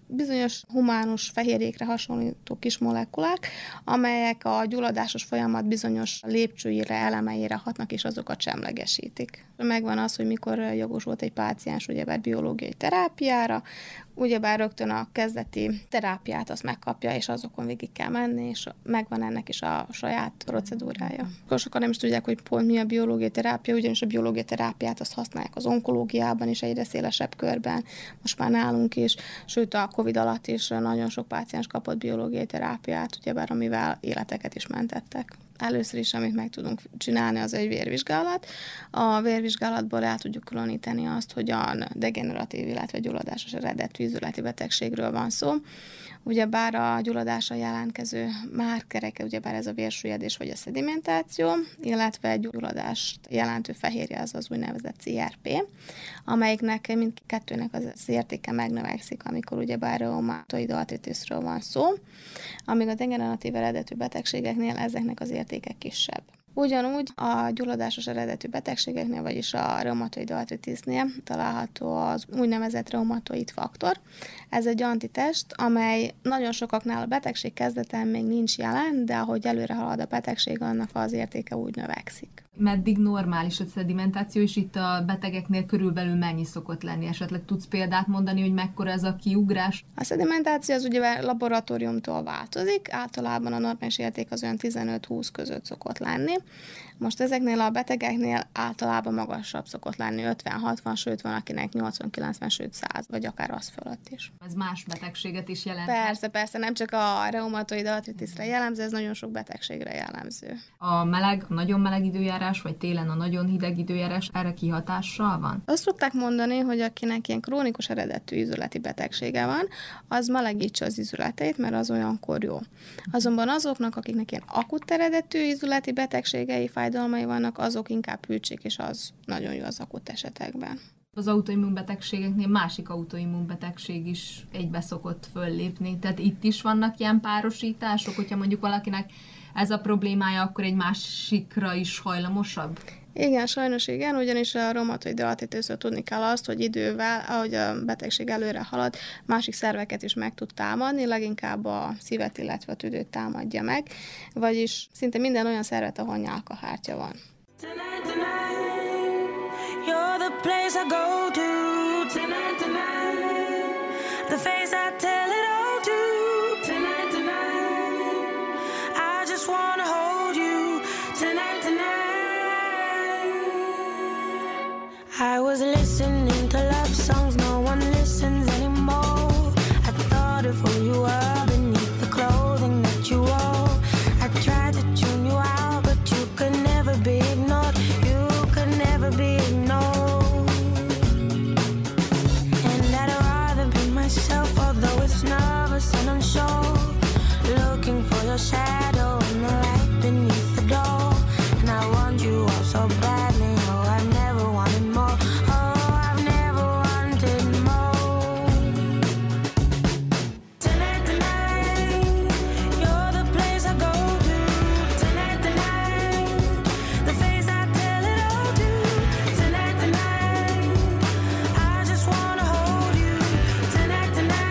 S15: bizonyos humánus fehérjékre hasonlító kis molekulák, amelyek a gyulladásos folyamat bizonyos lépcsőire, elemeire hatnak, és azokat semlegesítik. Megvan az, hogy mikor jogosult egy páciens ugyebár biológiai terápiára, ugyebár rögtön a kezdeti terápiát azt megkapja, és azokon végig kell menni, és megvan ennek is a saját procedúrája. Akkor sokan nem is tudják, hogy pont mi a biológiai terápia, ugyanis a biológiai terápiát azt használják az onkológiában is egyre szélesebb körben, most már nálunk is, sőt a Covid alatt is nagyon sok páciens kapott biológiai terápiát, ugyebár amivel életeket is mentettek. Először is, amit meg tudunk csinálni, az egy vérvizsgálat. A vérvizsgálatból el tudjuk különíteni azt, hogy a degeneratív, illetve gyulladásos eredetű ízületi betegségről van szó. Ugyebár a gyulladással jelentkező márkereke, ugyebár ez a vérsüllyedés vagy a szedimentáció, illetve egy gyulladást jelentő fehérje, az úgynevezett CRP, amelyiknek mindkettőnek az értéke megnövekszik, amikor ugyebár reumatoid artritisről van szó, amíg a degeneratív eredetű betegségeknél ezeknek az értéke kisebb. Ugyanúgy a gyulladásos eredetű betegségeknél, vagyis a reumatoid artritisnél található az úgynevezett reumatoid faktor. Ez egy antitest, amely nagyon sokaknál a betegség kezdetén még nincs jelen, de ahogy előre halad a betegség, annak az értéke úgy növekszik.
S16: Meddig normális a szedimentáció, és itt a betegeknél körülbelül mennyi szokott lenni? Esetleg tudsz példát mondani, hogy mekkora ez a kiugrás?
S15: A szedimentáció az ugye laboratóriumtól változik, általában a normális érték az olyan 15-20 között szokott lenni. Most ezeknél a betegeknél általában magasabb szokott lenni, 50-60, sőt van akinek 80-90, sőt 100, vagy akár az fölött is.
S16: Ez más betegséget is jelent?
S15: Persze, nem csak a reumatoid artritisre jellemző, ez nagyon sok betegségre jellemző.
S16: A nagyon meleg időjárás, vagy télen a nagyon hideg időjárás erre kihatással van?
S15: Azt szokták mondani, hogy akinek ilyen krónikus eredetű ízületi betegsége van, az melegítse az ízületeit, mert az olyankor jó. Azonban azoknak, akiknek ilyen akut eredetű ízületi betegségei, fájdalmai vannak, azok inkább hűtsék, és az nagyon jó az akut esetekben.
S16: Az autoimmunbetegségeknél másik autoimmunbetegség is egybe szokott föllépni, tehát itt is vannak ilyen párosítások, hogyha mondjuk valakinek ez a problémája, akkor egy másikra is hajlamosabb?
S15: Igen, sajnos igen, ugyanis a reumatoid artritisről tudni kell azt, hogy idővel, ahogy a betegség előre halad, másik szerveket is meg tud támadni, leginkább a szívet, illetve a tüdőt támadja meg, vagyis szinte minden olyan szervet, ahol nyálkahártya van.
S11: You're the place I go to tonight, the face I tell it all to tonight, I just wanna hold you tonight. I was listening to love songs, no one listens anymore. I thought of who you were beneath the clothing that you wore. I tried to tune you out, but you could never be ignored. You could never be ignored. And I'd rather be myself, although it's nervous and unsure. Looking for your shadow in the light beneath the door. And I want you all so badly, oh I never wanted more. Oh, I've never wanted more. Tonight, you're the place I go to. Tonight, the face I tell it all to. Tonight, I just wanna hold you. Tonight,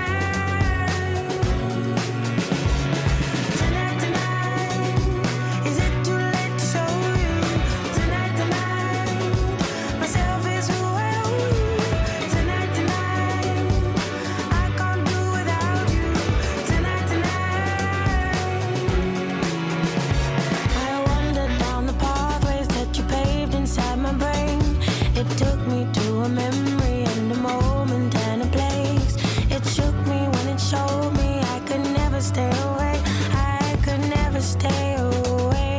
S11: is it too late to show you? Tonight, myself is who I owe you. Tonight, I can't do without you. Tonight, I wandered down the pathways that you paved inside my brain. It took me to a memory and a moment and a place. It shook me when it showed me I could never stay away. I could never stay away.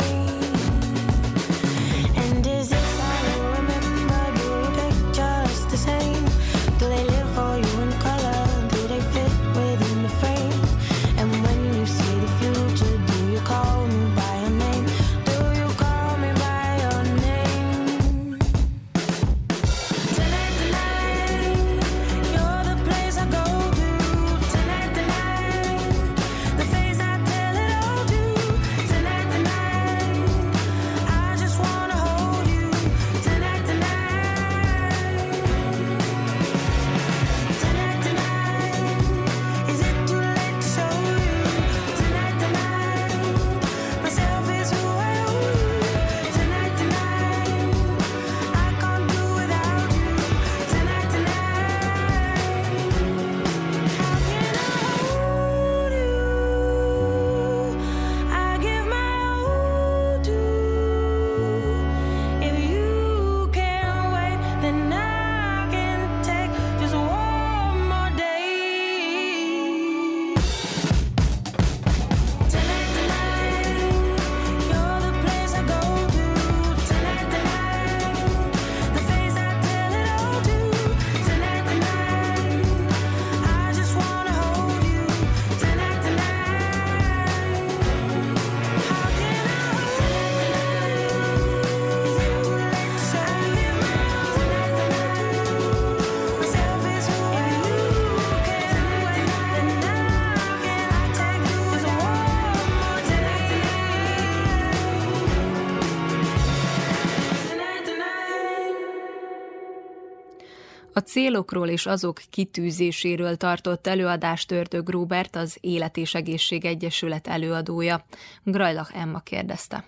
S11: And is this all you remember? Do your pictures the same? Do they live for you in color? Do they fit within the frame? And when you see the future, do you call me by your name? Do you call me by your name? Tonight, you're the place I go to. Tonight, the
S2: A célokról és azok kitűzéséről tartott előadást Ördög Róbert, az Élet és Egészség Egyesület előadója. Grajlach Emma kérdezte.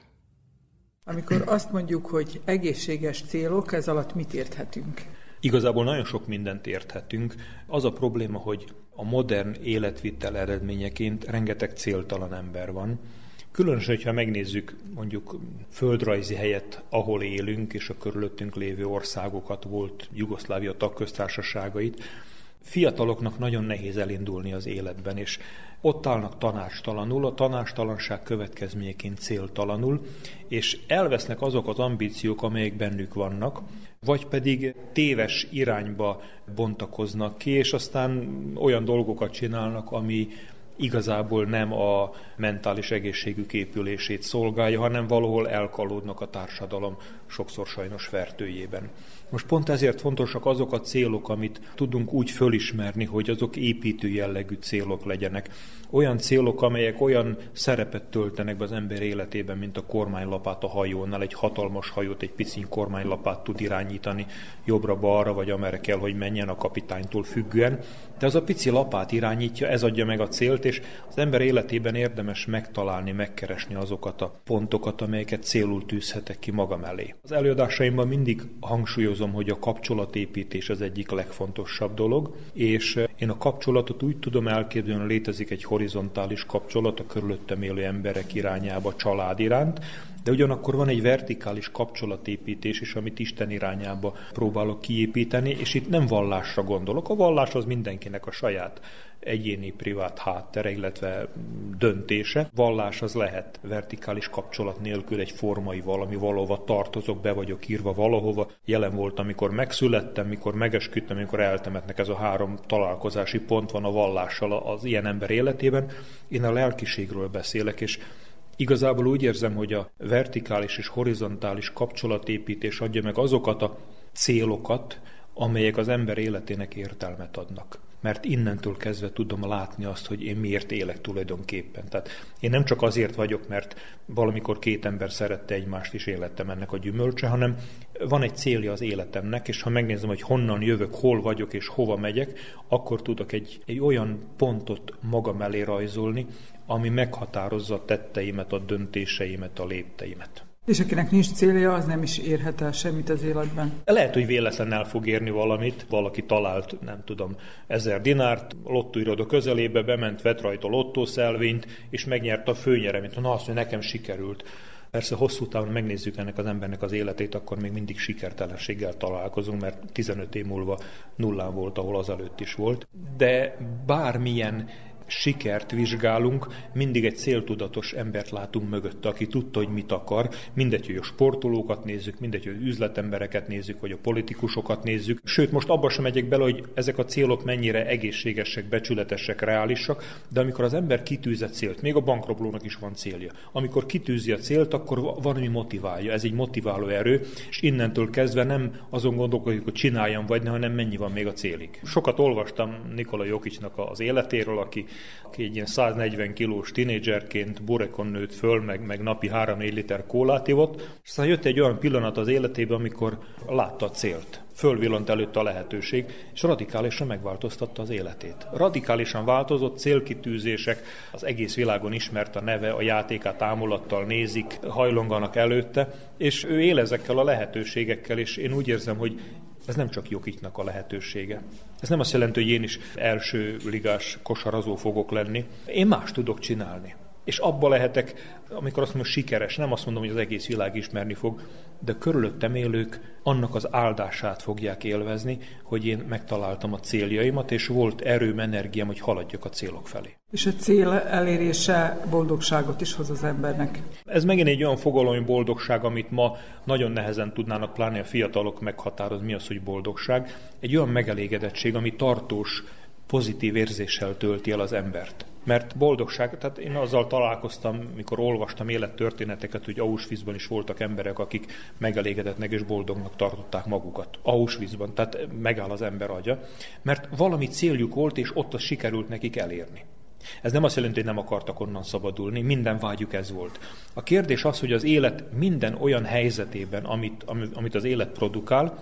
S17: Amikor azt mondjuk, hogy egészséges célok, ez alatt mit érthetünk?
S18: Igazából nagyon sok mindent érthetünk. Az a probléma, hogy a modern életvitel eredményeként rengeteg céltalan ember van. Különösen, hogyha megnézzük mondjuk földrajzi helyet, ahol élünk, és a körülöttünk lévő országokat, volt Jugoszlávia tagköztársaságait, fiataloknak nagyon nehéz elindulni az életben, és ott állnak tanácstalanul, a tanácstalanság következményeként céltalanul, és elvesznek azok az ambíciók, amelyek bennük vannak, vagy pedig téves irányba bontakoznak ki, és aztán olyan dolgokat csinálnak, ami igazából nem a mentális egészségük épülését szolgálja, hanem valahol elkalódnak a társadalom sokszor sajnos fertőjében. Most pont ezért fontosak azok a célok, amit tudunk úgy fölismerni, hogy azok építő jellegű célok legyenek. Olyan célok, amelyek olyan szerepet töltenek be az ember életében, mint a kormánylapát a hajónál. Egy hatalmas hajót egy piciny kormánylapát tud irányítani jobbra-balra, vagy amerre kell, hogy menjen a kapitánytól függően. De az a pici lapát irányítja, ez adja meg a célt, és az ember életében érdemes megtalálni, megkeresni azokat a pontokat, amelyeket célul tűzhetek ki magam elé. Az előadásaimban mindig hangsúlyozom, hogy a kapcsolatépítés az egyik legfontosabb dolog, és én a kapcsolatot úgy tudom elképzelni, hogy létezik egy horizontális kapcsolat a körülöttem élő emberek irányába, család iránt, de ugyanakkor van egy vertikális kapcsolatépítés is, amit Isten irányába próbálok kiépíteni, és itt nem vallásra gondolok. A vallás az mindenkinek a saját egyéni, privát háttere, illetve döntése. Vallás az lehet vertikális kapcsolat nélkül egy formai valami, valahova tartozok, be vagyok írva valahova. Jelen volt, amikor megszülettem, mikor megesküdtem, amikor eltemetnek, ez a 3 találkozási pont van a vallással az ilyen ember életében. Én a lelkiségről beszélek, és igazából úgy érzem, hogy a vertikális és horizontális kapcsolatépítés adja meg azokat a célokat, amelyek az ember életének értelmet adnak. Mert innentől kezdve tudom látni azt, hogy én miért élek tulajdonképpen. Tehát én nem csak azért vagyok, mert valamikor 2 ember szerette egymást, és életem ennek a gyümölcse, hanem van egy célja az életemnek, és ha megnézem, hogy honnan jövök, hol vagyok és hova megyek, akkor tudok egy olyan pontot magam elé rajzolni, ami meghatározza a tetteimet, a döntéseimet, a lépteimet.
S17: És akinek nincs célja, az nem is érhet el semmit az életben.
S18: Lehet, hogy véletlen el fog érni valamit, valaki talált, nem tudom, 1000 dinárt, lottóiroda közelébe bement, vett rajta lottószelvényt, és megnyerte a főnyereményt. Na, azt mondja, nekem sikerült. Persze hosszú távon megnézzük ennek az embernek az életét, akkor még mindig sikertelenséggel találkozunk, mert 15 év múlva nullán volt, ahol azelőtt is volt. De bármilyen sikert vizsgálunk, mindig egy céltudatos embert látunk mögötte, aki tudta, hogy mit akar. Mindegy, hogy a sportolókat nézzük, mindegy, hogy üzletembereket nézzük, vagy a politikusokat nézzük. Sőt, most abba sem megyek bele, hogy ezek a célok mennyire egészségesek, becsületesek, reálisak, de amikor az ember kitűz egy célt, még a bankrablónak is van célja. Amikor kitűzi a célt, akkor van, ami motiválja. Ez egy motiváló erő, és innentől kezdve nem azon gondolkodik, hogy csináljam vagy ne, hanem mennyi van még a célig. Sokat olvastam Nikola Jokićnak az életéről, aki egy ilyen 140 kilós tinédzserként burekon nőtt föl, meg napi 3-4 liter kólát ivott, és aztán jött egy olyan pillanat az életében, amikor látta a célt. Fölvillant előtte a lehetőség, és radikálisan megváltoztatta az életét. Radikálisan változott, célkitűzések, az egész világon ismert a neve, a játékát ámulattal nézik, hajlonganak előtte, és ő él ezekkel a lehetőségekkel, és én úgy érzem, hogy ez nem csak Jokićnak a lehetősége. Ez nem azt jelenti, hogy én is első ligás kosarazó fogok lenni. Én más tudok csinálni. És abba lehetek, amikor azt mondom, sikeres, nem azt mondom, hogy az egész világ ismerni fog, de körülöttem élők annak az áldását fogják élvezni, hogy én megtaláltam a céljaimat, és volt erőm, energiám, hogy haladjak a célok felé.
S17: És a cél elérése boldogságot is hoz az embernek.
S18: Ez megint egy olyan fogalom, hogy boldogság, amit ma nagyon nehezen tudnának pláne a fiatalok meghatározni, mi az, hogy boldogság. Egy olyan megelégedettség, ami tartós, pozitív érzéssel tölti el az embert. Mert boldogság, tehát én azzal találkoztam, mikor olvastam élettörténeteket, hogy Auschwitzban is voltak emberek, akik megelégedetnek és boldognak tartották magukat. Auschwitzban, tehát megáll az ember agya, mert valami céljuk volt, és ott az sikerült nekik elérni. Ez nem azt jelenti, hogy nem akartak onnan szabadulni, minden vágyuk ez volt. A kérdés az, hogy az élet minden olyan helyzetében, amit az élet produkál,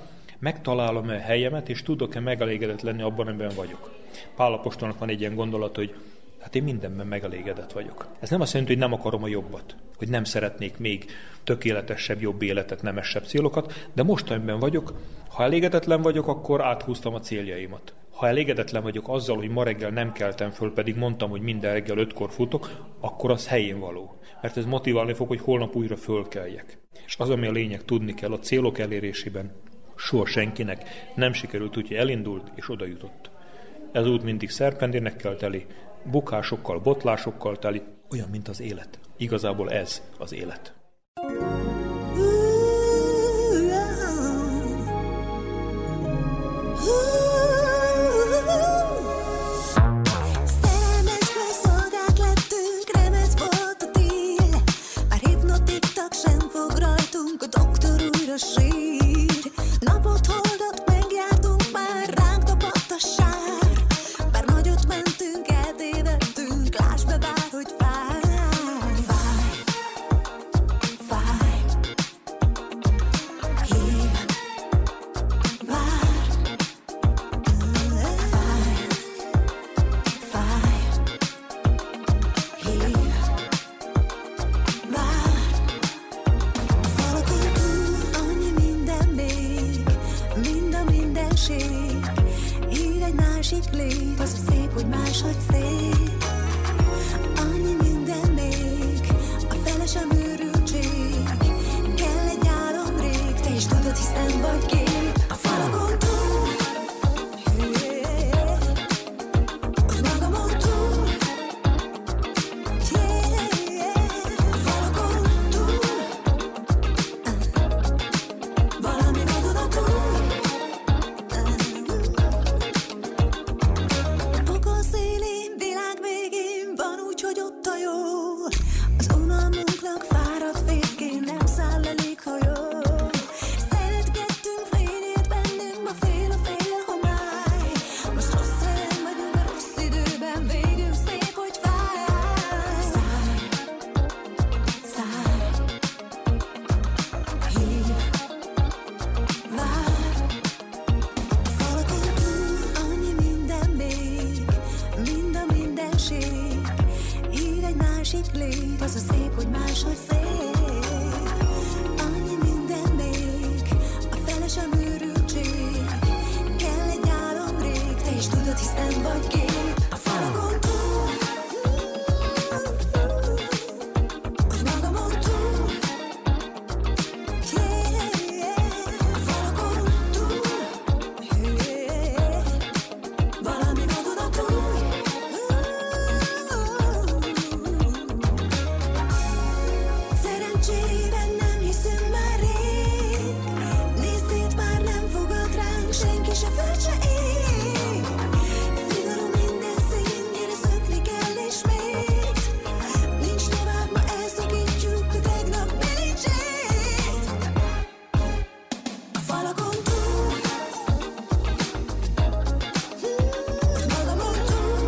S18: megtalálom-e a helyemet, és tudok-e megelégedett lenni abban, amiben vagyok. Pál apostolnak van egy ilyen gondolat, hogy hát én mindenben megelégedett vagyok. Ez nem azt jelenti, hogy nem akarom a jobbat, hogy nem szeretnék még tökéletesebb, jobb életet, nemesebb célokat, de most, amiben vagyok, ha elégedetlen vagyok, akkor áthúztam a céljaimat. Ha elégedetlen vagyok azzal, hogy ma reggel nem keltem föl, pedig mondtam, hogy minden reggel 5-kor futok, akkor az helyén való. Mert ez motiválni fog, hogy holnap újra fölkeljek. És az, ami a lényeg, tudni kell, a célok elérésében soha senkinek nem sikerült, úgyhogy elindult és oda jutott. Ez út mindig szerpendénekkel teli, bukásokkal, botlásokkal teli, olyan, mint az élet. Igazából ez az élet.
S19: Sír. Napot holdot megjártunk már, ránk tapadt a sár. Bár nagyot mentünk, eltévedtünk, lásd be bár, hogy fáj. Fáj, fáj, hív, vár. Fáj, fáj, hív, vár. Hív egy másik lét, az a szép, hogy máshogy szép. Annyi minden még, a fele sem őrültség. Kell egy álomrég, te is tudod, hisz nem vagy kép. A falakon túl, ott magamon túl, a falakon túl, valami van oda túl. Az a szép, hogy máshogy szép. Annyi minden még, a fele sem őrültség. Kell egy álomrég, te is tudod, hisz nem vagy kép. A falakon túl, ott magamon túl, a falakon túl, valami van oda túl. Szerencsében nem hiszünk már rég. Nézd szét, már nem fogad ránk, senki se föld se ég. Szigorú minden szín, gyere szökni kell ismét. Nincs tovább, ma elszakítjuk a tegnap bilincét. A falakon túl, ott magamon túl,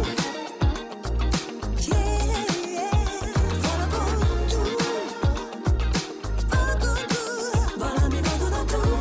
S19: a falakon túl. Valami van oda túl.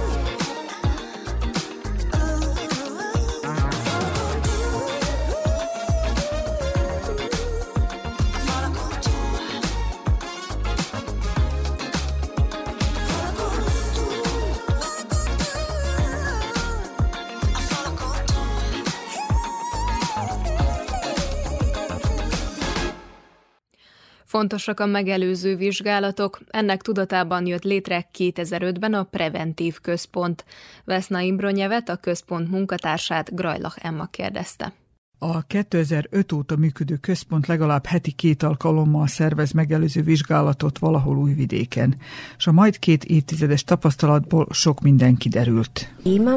S2: Fontosak a megelőző vizsgálatok, ennek tudatában jött létre 2005-ben a Preventív Központ. Veszna Imbronyevet, a központ munkatársát Grajlach Emma kérdezte.
S20: A 2005 óta működő központ legalább heti 2 alkalommal szervez megelőző vizsgálatot valahol Újvidéken, és a majd 2 évtizedes tapasztalatból sok minden kiderült.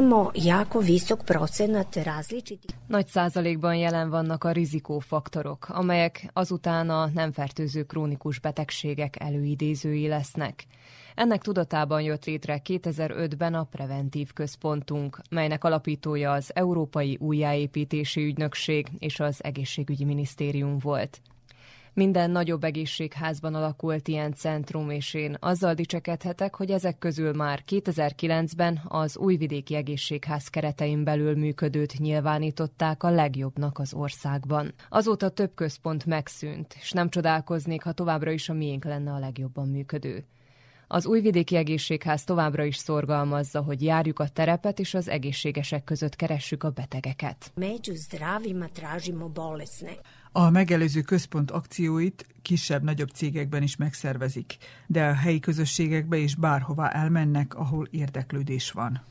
S14: Nagy százalékban jelen vannak a rizikófaktorok, amelyek azután a nem fertőző krónikus betegségek előidézői lesznek. Ennek tudatában jött létre 2005-ben a Preventív Központunk, melynek alapítója az Európai Újjáépítési Ügynökség és az Egészségügyi Minisztérium volt.
S2: Minden nagyobb egészségházban alakult ilyen centrum, és én azzal dicsekedhetek, hogy ezek közül már 2009-ben az Újvidéki Egészségház keretein belül működőt nyilvánították a legjobbnak az országban. Azóta több központ megszűnt, és nem csodálkoznék, ha továbbra is a miénk lenne a legjobban működő. Az Újvidéki Egészségház továbbra is szorgalmazza, hogy járjuk a terepet, és az egészségesek között keressük a betegeket.
S20: A megelőző központ akcióit kisebb-nagyobb cégekben is megszervezik, de a helyi közösségekbe is bárhová elmennek, ahol érdeklődés van.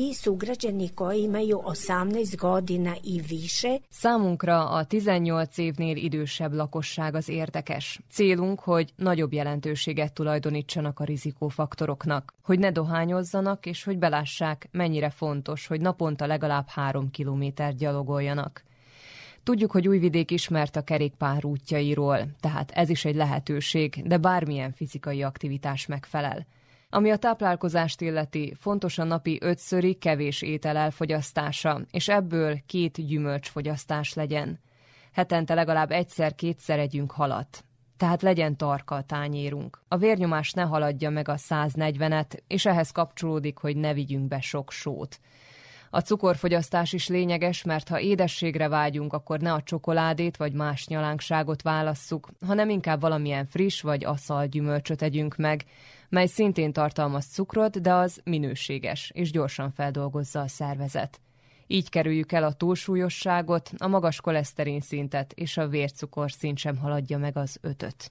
S2: Számunkra a 18 évnél idősebb lakosság az érdekes. Célunk, hogy nagyobb jelentőséget tulajdonítsanak a rizikófaktoroknak, hogy ne dohányozzanak, és hogy belássák, mennyire fontos, hogy naponta legalább 3 kilométert gyalogoljanak. Tudjuk, hogy Újvidék ismert a kerékpár útjairól, tehát ez is egy lehetőség, de bármilyen fizikai aktivitás megfelel. Ami a táplálkozást illeti, fontos a napi 5-szöri kevés étel elfogyasztása, és ebből 2 gyümölcsfogyasztás legyen. Hetente legalább 1-2-szer együnk halat. Tehát legyen tarka a tányérunk. A vérnyomás ne haladja meg a 140-et, és ehhez kapcsolódik, hogy ne vigyünk be sok sót. A cukorfogyasztás is lényeges, mert ha édességre vágyunk, akkor ne a csokoládét vagy más nyalánkságot válasszuk, hanem inkább valamilyen friss vagy aszalt gyümölcsöt együnk meg, mely szintén tartalmaz cukrot, de az minőséges és gyorsan feldolgozza a szervezet. Így kerüljük el a túlsúlyosságot, a magas koleszterin szintet, és a vércukorszint sem haladja meg az 5-öt.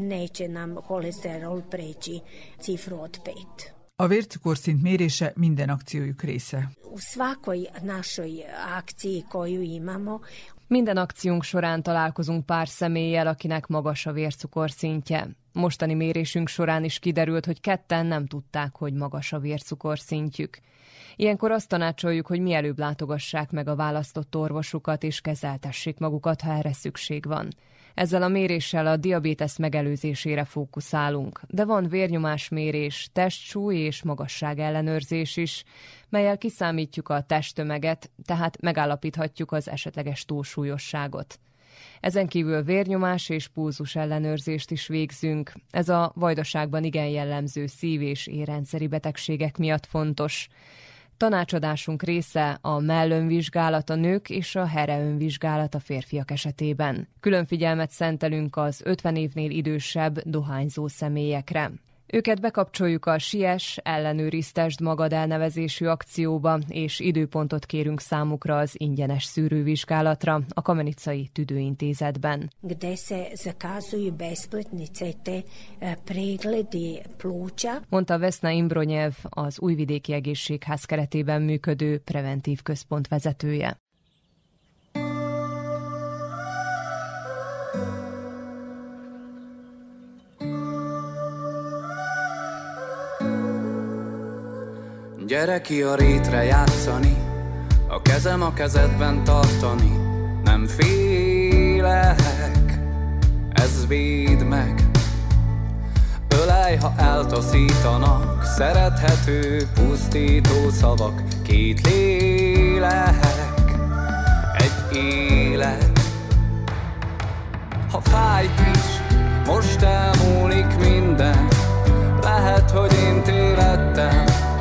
S20: A vércukorszint mérése minden akciójuk része.
S2: Minden akciónk során találkozunk pár személlyel, akinek magas a vércukorszintje. Mostani mérésünk során is kiderült, hogy ketten nem tudták, hogy magas a vércukorszintjük. Ilyenkor azt tanácsoljuk, hogy mielőbb látogassák meg a választott orvosukat, és kezeltessék magukat, ha erre szükség van. Ezzel a méréssel a diabétesz megelőzésére fókuszálunk, de van vérnyomásmérés, testsúly és magasság ellenőrzés is, mellyel kiszámítjuk a testtömeget, tehát megállapíthatjuk az esetleges túlsúlyosságot. Ezen kívül vérnyomás és pulzus ellenőrzést is végzünk. Ez a Vajdaságban igen jellemző szív- és érrendszeri betegségek miatt fontos. Tanácsadásunk része a mellönvizsgálat a nők és a hereönvizsgálat a férfiak esetében. Külön figyelmet szentelünk az 50 évnél idősebb dohányzó személyekre. Őket bekapcsoljuk a Siess, ellenőriztesd magad elnevezésű akcióba, és időpontot kérünk számukra az ingyenes szűrővizsgálatra a Kamenicai Tüdőintézetben. Mondta Vesna Imbronyev, az Újvidéki Egészségház keretében működő preventív központ vezetője.
S21: Gyere ki a rétre játszani, a kezem a kezedben tartani, nem félek, ez véd meg. Ölelj, ha eltaszítanak, szerethető, pusztító szavak, 2 lélek, egy élet. Ha fájt is, most elmúlik minden, lehet, hogy én tévedtem,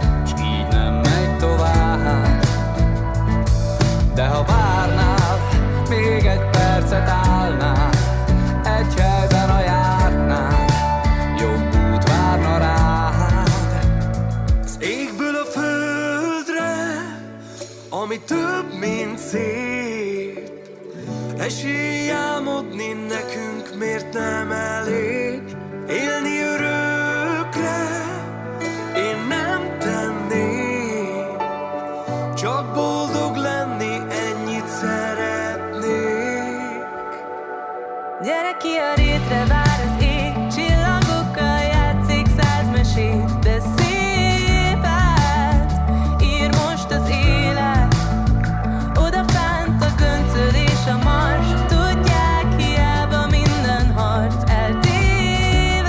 S21: de ha várnál, még egy percet állnál, egy helyben a jártnál, jobb út várna rád.
S11: Az égből a földre, ami több, mint szép, esély álmodni nekünk miért nem elég, élni örökre, én nem tennék, csak boldog lenni, ennyit szeretnék.
S22: Gyere ki a rétre, vár az ég, csillagokkal játszik 100 mesét, de szépet ír most az élet. Odafánt a göncöl és a mars, tudják, hiába minden harc eltéved,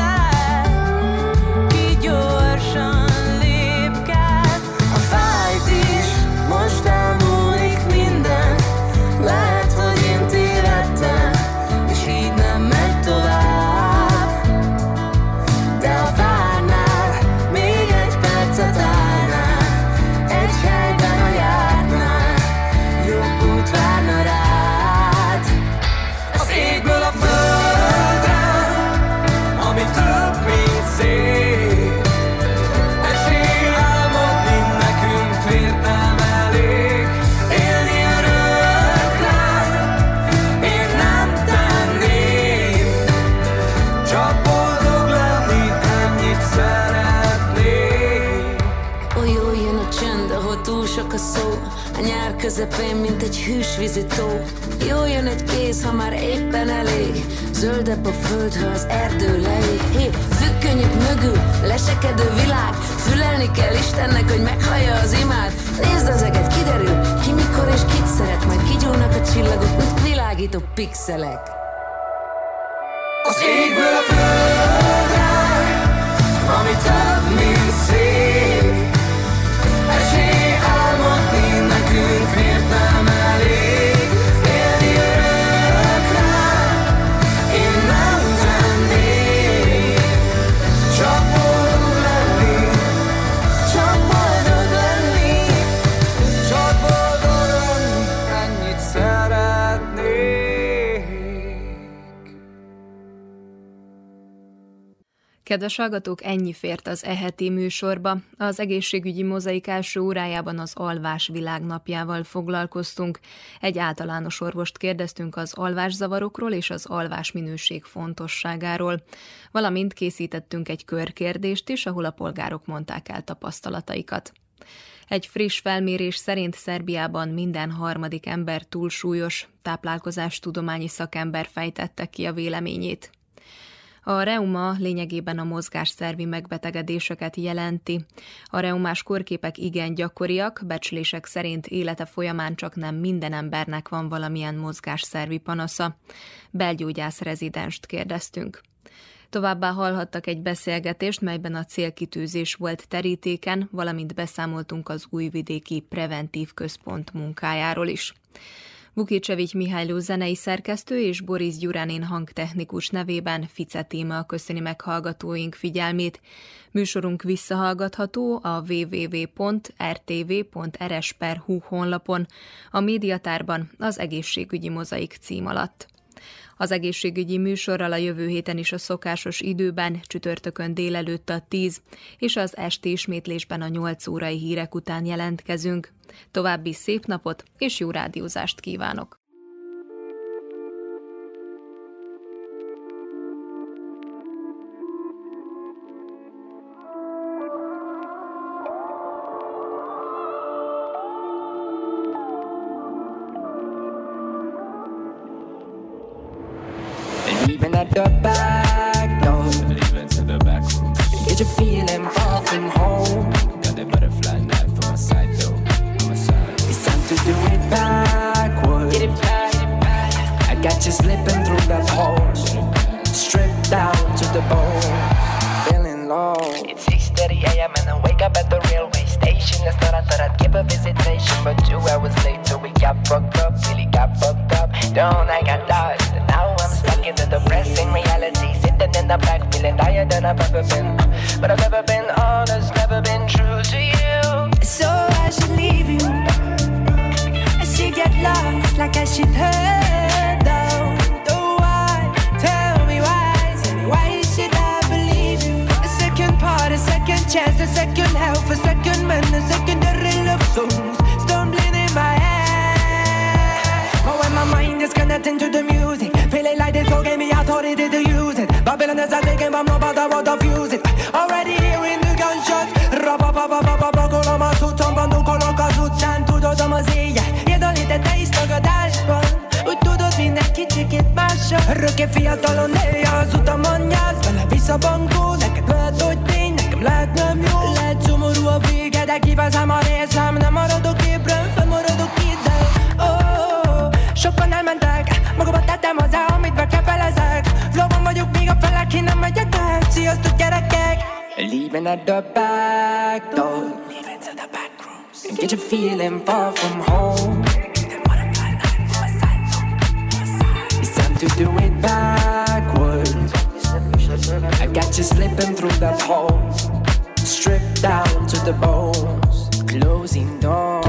S22: ki gyorsan lépkál.
S11: Ha fájt is, most elmúlik minden, lehet, hogy én tévedtem, és így nem megy tovább.
S1: közepén, mint egy hűsvízi tó. Jól jön egy kéz, ha már éppen elég. Zöldebb a föld, ha az erdő leég. Hé, függönyök mögül, lesekedő világ. Fülelni kell Istennek, hogy meghallja az imád. Nézd az eget, kiderül, ki mikor és kit szeret. Majd kigyúlnak a csillagok, mint világító pixelek.
S21: Az égből a földre, ami több, mint szép. Esély álmodni nekünk, miért nem elég? Élni örökre, én nem tennék. Csak boldog lenni, csak boldog lenni, csak boldog lenni, ennyit szeretnék.
S2: Kedves hallgatók, ennyi fért az heti műsorba. Az egészségügyi mozaik első órájában az alvás világnapjával foglalkoztunk. Egy általános orvost kérdeztünk az alvászavarokról és az alvásminőség fontosságáról. Valamint készítettünk egy körkérdést is, ahol a polgárok mondták el tapasztalataikat. Egy friss felmérés szerint Szerbiában minden harmadik ember túlsúlyos, táplálkozástudományi szakember fejtette ki a véleményét. A reuma lényegében a mozgásszervi megbetegedéseket jelenti. A reumás kórképek igen gyakoriak, becslések szerint élete folyamán csak nem minden embernek van valamilyen mozgásszervi panasza. Belgyógyász rezidenst kérdeztünk. Továbbá hallhattak egy beszélgetést, melyben a célkitűzés volt terítéken, valamint beszámoltunk az Újvidéki Preventív Központ munkájáról is. Vukicevics Mihályló zenei szerkesztő és Boris Gyuránin hangtechnikus nevében Fice Tíma köszöni meg hallgatóink figyelmét. Műsorunk visszahallgatható a www.rtv.rs.hu honlapon, a médiatárban az egészségügyi mozaik cím alatt. Az egészségügyi műsorral a jövő héten is a szokásos időben, csütörtökön délelőtt a 10, és az esti ismétlésben a 8 órai hírek után jelentkezünk. További szép napot és jó rádiózást kívánok!
S21: Leaving at the back door, leaving to the back room. Get your feeling far from home. Got that butterfly knife on my side though. On my side. It's time to do it backwards. Get it back, get it back. I got you slipping through that hole. Stripped down to the bone. Feeling low. It's 6:30 a.m. and I wake up at the railway station. Last night I thought I'd give a visitation, but 2 hours later we got fucked up. Really got fucked up. Don't I got lost. And now I'm stuck in the depressing reality. Sitting in the back feeling higher than I've ever been. But I've never been honest, never been true to you.
S19: So I should leave you. I should get lost like I should head down. Oh, why? Tell me why. Tell me why should I believe you? A second part, a second chance, a second help, a second man, a secondary love songs stumbling in my head. But when my mind is connecting to the music, feeling like this all gave me authority to use it. Babylon is a taking, but I'm not about to abuse it. Already hearing the gunshots. Kolom az utcamban, dukolok az utcán. Tudod, az éjjel, jelenlítette is tagadásban. Úgy tudod, minden kicsikét mással. Örökké fiatalon élje az utamon, nyász vele vissza bankó. Neked lehet, hogy tény, nekem lehet nem jó. Lehet szomorú a vége, de kivezem a részem. Nem maradok ébren, fennmaradok ide. Oh, sokan elmentek, magamat tettem hozzá, amit bekepelezek. Flowban vagyok, még a felek, én nem megyek el. Sziasztok gyerekek!
S21: Leaving at the back door, leaving to the back rooms. And get you feeling far from home. It's time to do it backwards. I got you slipping through that hole. Stripped down to the bones. Closing doors.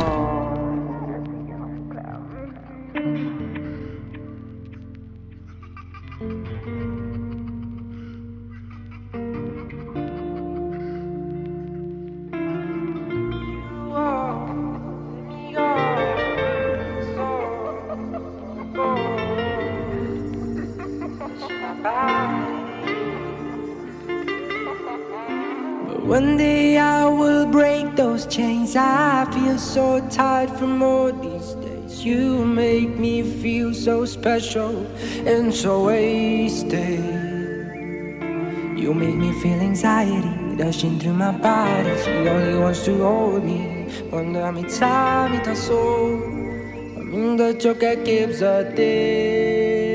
S19: One day I will break those chains. I feel so tired from all these days.
S21: you make me feel so special and so wasted. You make me feel anxiety dashing through my body. She only wants to hold me. Quando amit számít a szó, mindegy csak elképzeltél.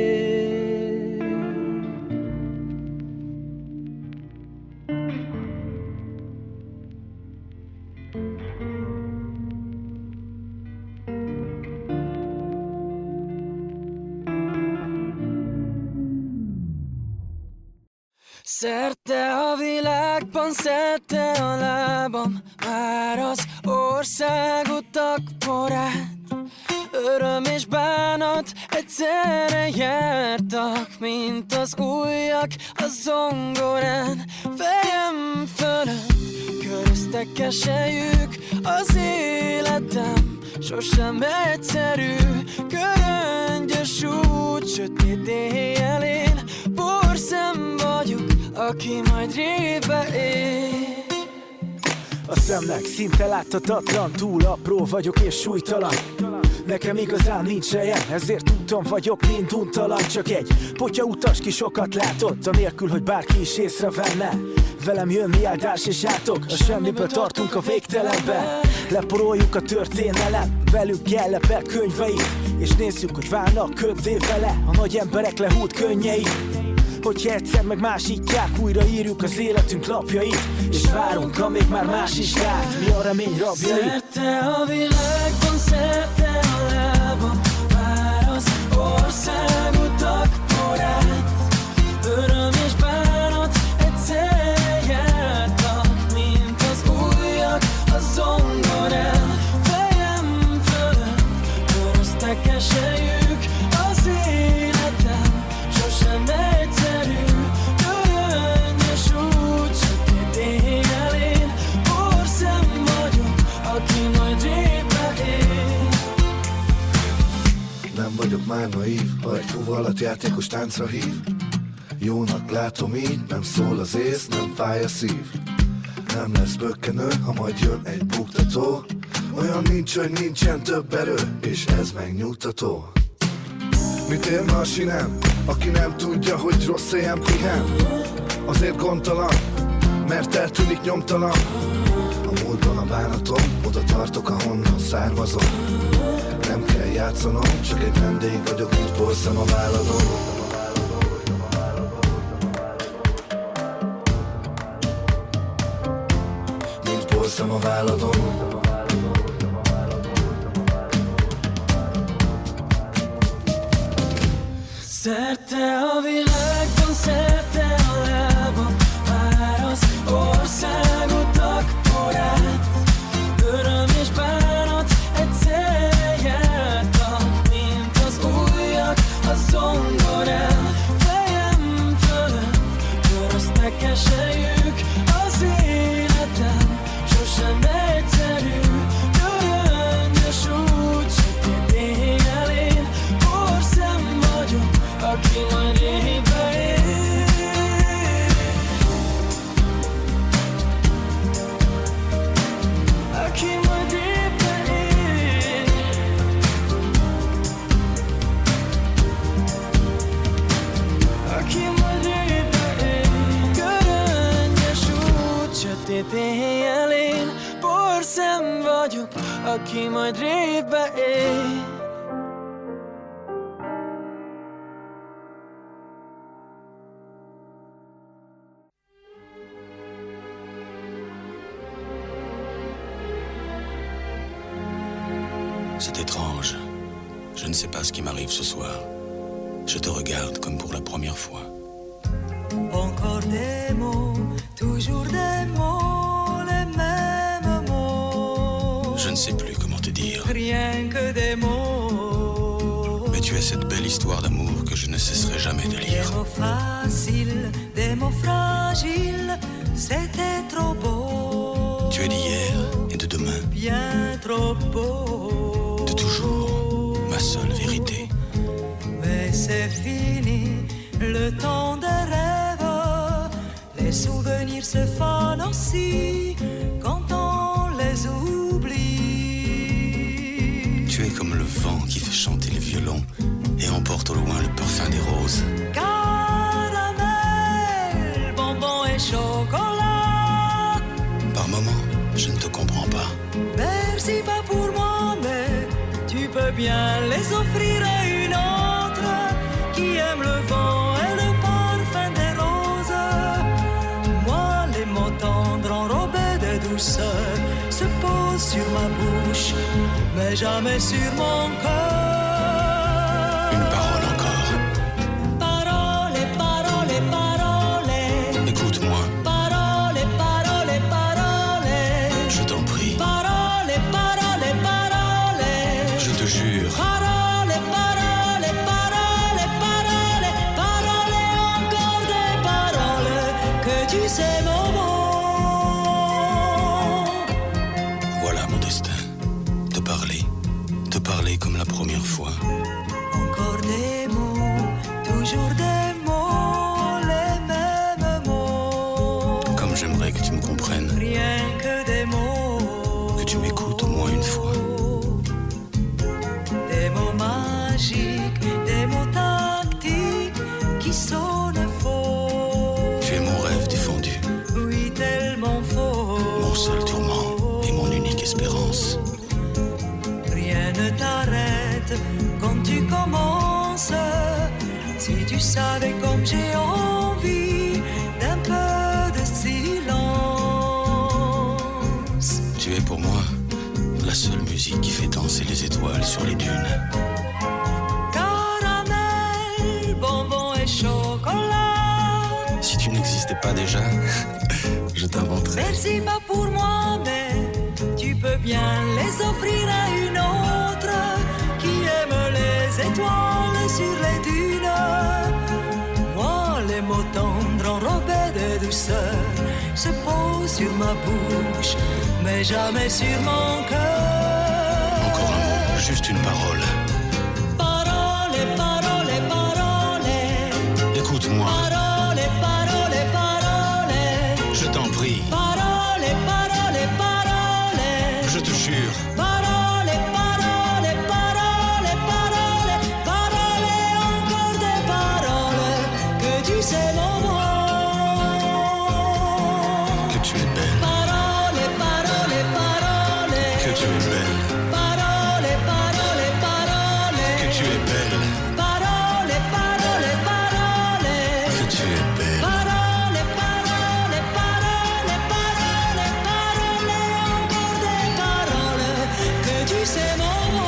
S11: Szerte a világban, szerte a lábam, már az országutak porát. Öröm és bánat egyszerre jártak, mint az ujjak a zongorán. Fejem fölött köröztek keselyük, az életem sosem egyszerű. Köröngyös út, sötét éjjelén, porszem vagyok, aki majd révbe él.
S3: A szemnek szinte láthatatlan, túl apró vagyok és súlytalan. Nekem igazán nincs helyen, ezért úton vagyok, mint untalan. Csak egy potya utas ki sokat látott, anélkül, hogy bárki is észrevenne. Velem jön mi áldás és átok, a semmiből tartunk a végtelenbe. Leporoljuk a történelem, velük jellepelt könyveit, és nézzük, hogy válnak köddé vele a nagy emberek lehúlt könnyei. Hogyha egyszer meg másítják, újra írjuk az életünk lapjait, és várunk, amíg már más is lát, mi a remény rabjai.
S11: Szerte a világban, szerte a lábam, már az országutak porát. Öröm és bánat egyszerre jártak, mint az ujjak a zongorán. Fejem fölött köröztek keselyük, az életem sosem egyszerű. Köröngyös út, sötét éjjelén, porszem vagyok, aki majd révbe él.
S4: Nem vagyok már naív, ha egy fuvalat játékos táncra hív. Jónak látom így, nem szól az ész, nem fáj a szív. Nem lesz bökkenő, ha majd jön egy buktató. Olyan nincs, hogy nincsen több erő, és ez megnyugtató. Mit érne a sinem, aki nem tudja, hogy rossz helyen pihen? Azért gondtalan, mert eltűnik nyomtalan. A múltban a bánatom, oda tartok, ahonnan származom. Nem kell játszanom, csak egy vendég vagyok, mint porszem a váladon. Mint porszem a váladon.
S11: Szerte a világban, szerte a lábam, már az országutak porát. Öröm és bánat egyszerre jártak, mint az ujjak a zongorán. Fejem fölött köröztek keselyük, az életem sosem egyszerű. Köröngyös út, sötét éjjelén, porszem vagyok, aki majd révbe él. Aki majd révbe él. Aki majd révbe él. Köröngyös út, sötét éjjelén, porszem vagyok, aki majd révbe él.
S23: C'est étrange. Je ne sais pas ce qui m'arrive ce soir. Je te regarde comme pour la première fois.
S24: Encore des mots, toujours des mots, les mêmes mots.
S23: Je ne sais plus comment te dire.
S24: Rien que des mots.
S23: Mais tu es cette belle histoire d'amour que je ne cesserai jamais de lire.
S24: Des mots faciles, des mots fragiles, c'était trop beau.
S23: Tu es d'hier et de demain.
S24: Bien trop beau.
S23: De toujours, ma seule vérité.
S24: Mais c'est fini, le temps des rêves. Les souvenirs se fanent aussi quand on les oublie.
S23: Tu es comme le vent qui fait chanter les violons et emporte au loin le parfum des roses.
S24: Caramel, bonbon et chocolat.
S23: Par moments, je ne te comprends pas.
S24: Merci pas pour moi, mais tu peux bien les offrir à une autre qui aime le vent et le parfum des roses. Moi, les mots tendres enrobés de douceur se posent sur ma bouche, mais jamais sur mon cœur.
S23: Une parole encore.
S24: Parole, parole, parole.
S23: Écoute-moi.
S24: Parole, parole, parole.
S23: Je t'en prie.
S24: Parole, parole, parole.
S23: Je te jure.
S24: Parole, parole, parole, parole. Parole, encore des paroles que tu sais mon mot.
S23: Voilà mon destin. Te parler comme la première fois.
S24: Encore des mots, toujours des mots, les mêmes mots.
S23: Comme j'aimerais que tu me comprennes.
S24: Rien que des mots.
S23: Que tu m'écoutes au moins une fois.
S24: Des mots magiques, des mots tactiques qui sonnent faux.
S23: Tu es mon rêve défendu.
S24: Oui, tellement faux.
S23: Mon seul tourment et mon unique espérance.
S24: Rien ne t'arrête quand tu commences. Si tu savais comme j'ai envie d'un peu de silence.
S23: Tu es pour moi la seule musique qui fait danser les étoiles sur les dunes.
S24: Caramel, bonbon et chocolat.
S23: Si tu n'existais pas déjà, je t'inventerais.
S24: Merci pas pour moi, mais tu peux bien les offrir à une autre qui aime les étoiles sur les dunes. Moi, les mots tendres enrobés de douceur se posent sur ma bouche, mais jamais sur mon cœur.
S23: Encore un mot, juste une parole.
S24: Parole, parole, parole.
S23: Écoute-moi.
S24: Parole, parole, parole.
S23: Je t'en prie.
S24: Parole, parole, parole.
S23: Je te jure.
S24: Parole, parole, parole, parole. Parole, encore des paroles que tu sais mon mot.
S23: Que tu es belle.
S24: Parole, parole, parole.
S23: Que tu es belle.
S24: Parole, parole, parole.
S23: Que tu es belle.
S24: Parole, parole, parole.
S23: Que tu es belle.
S24: Parole, parole, parole, parole, parole, encore des paroles que tu sais mon mot.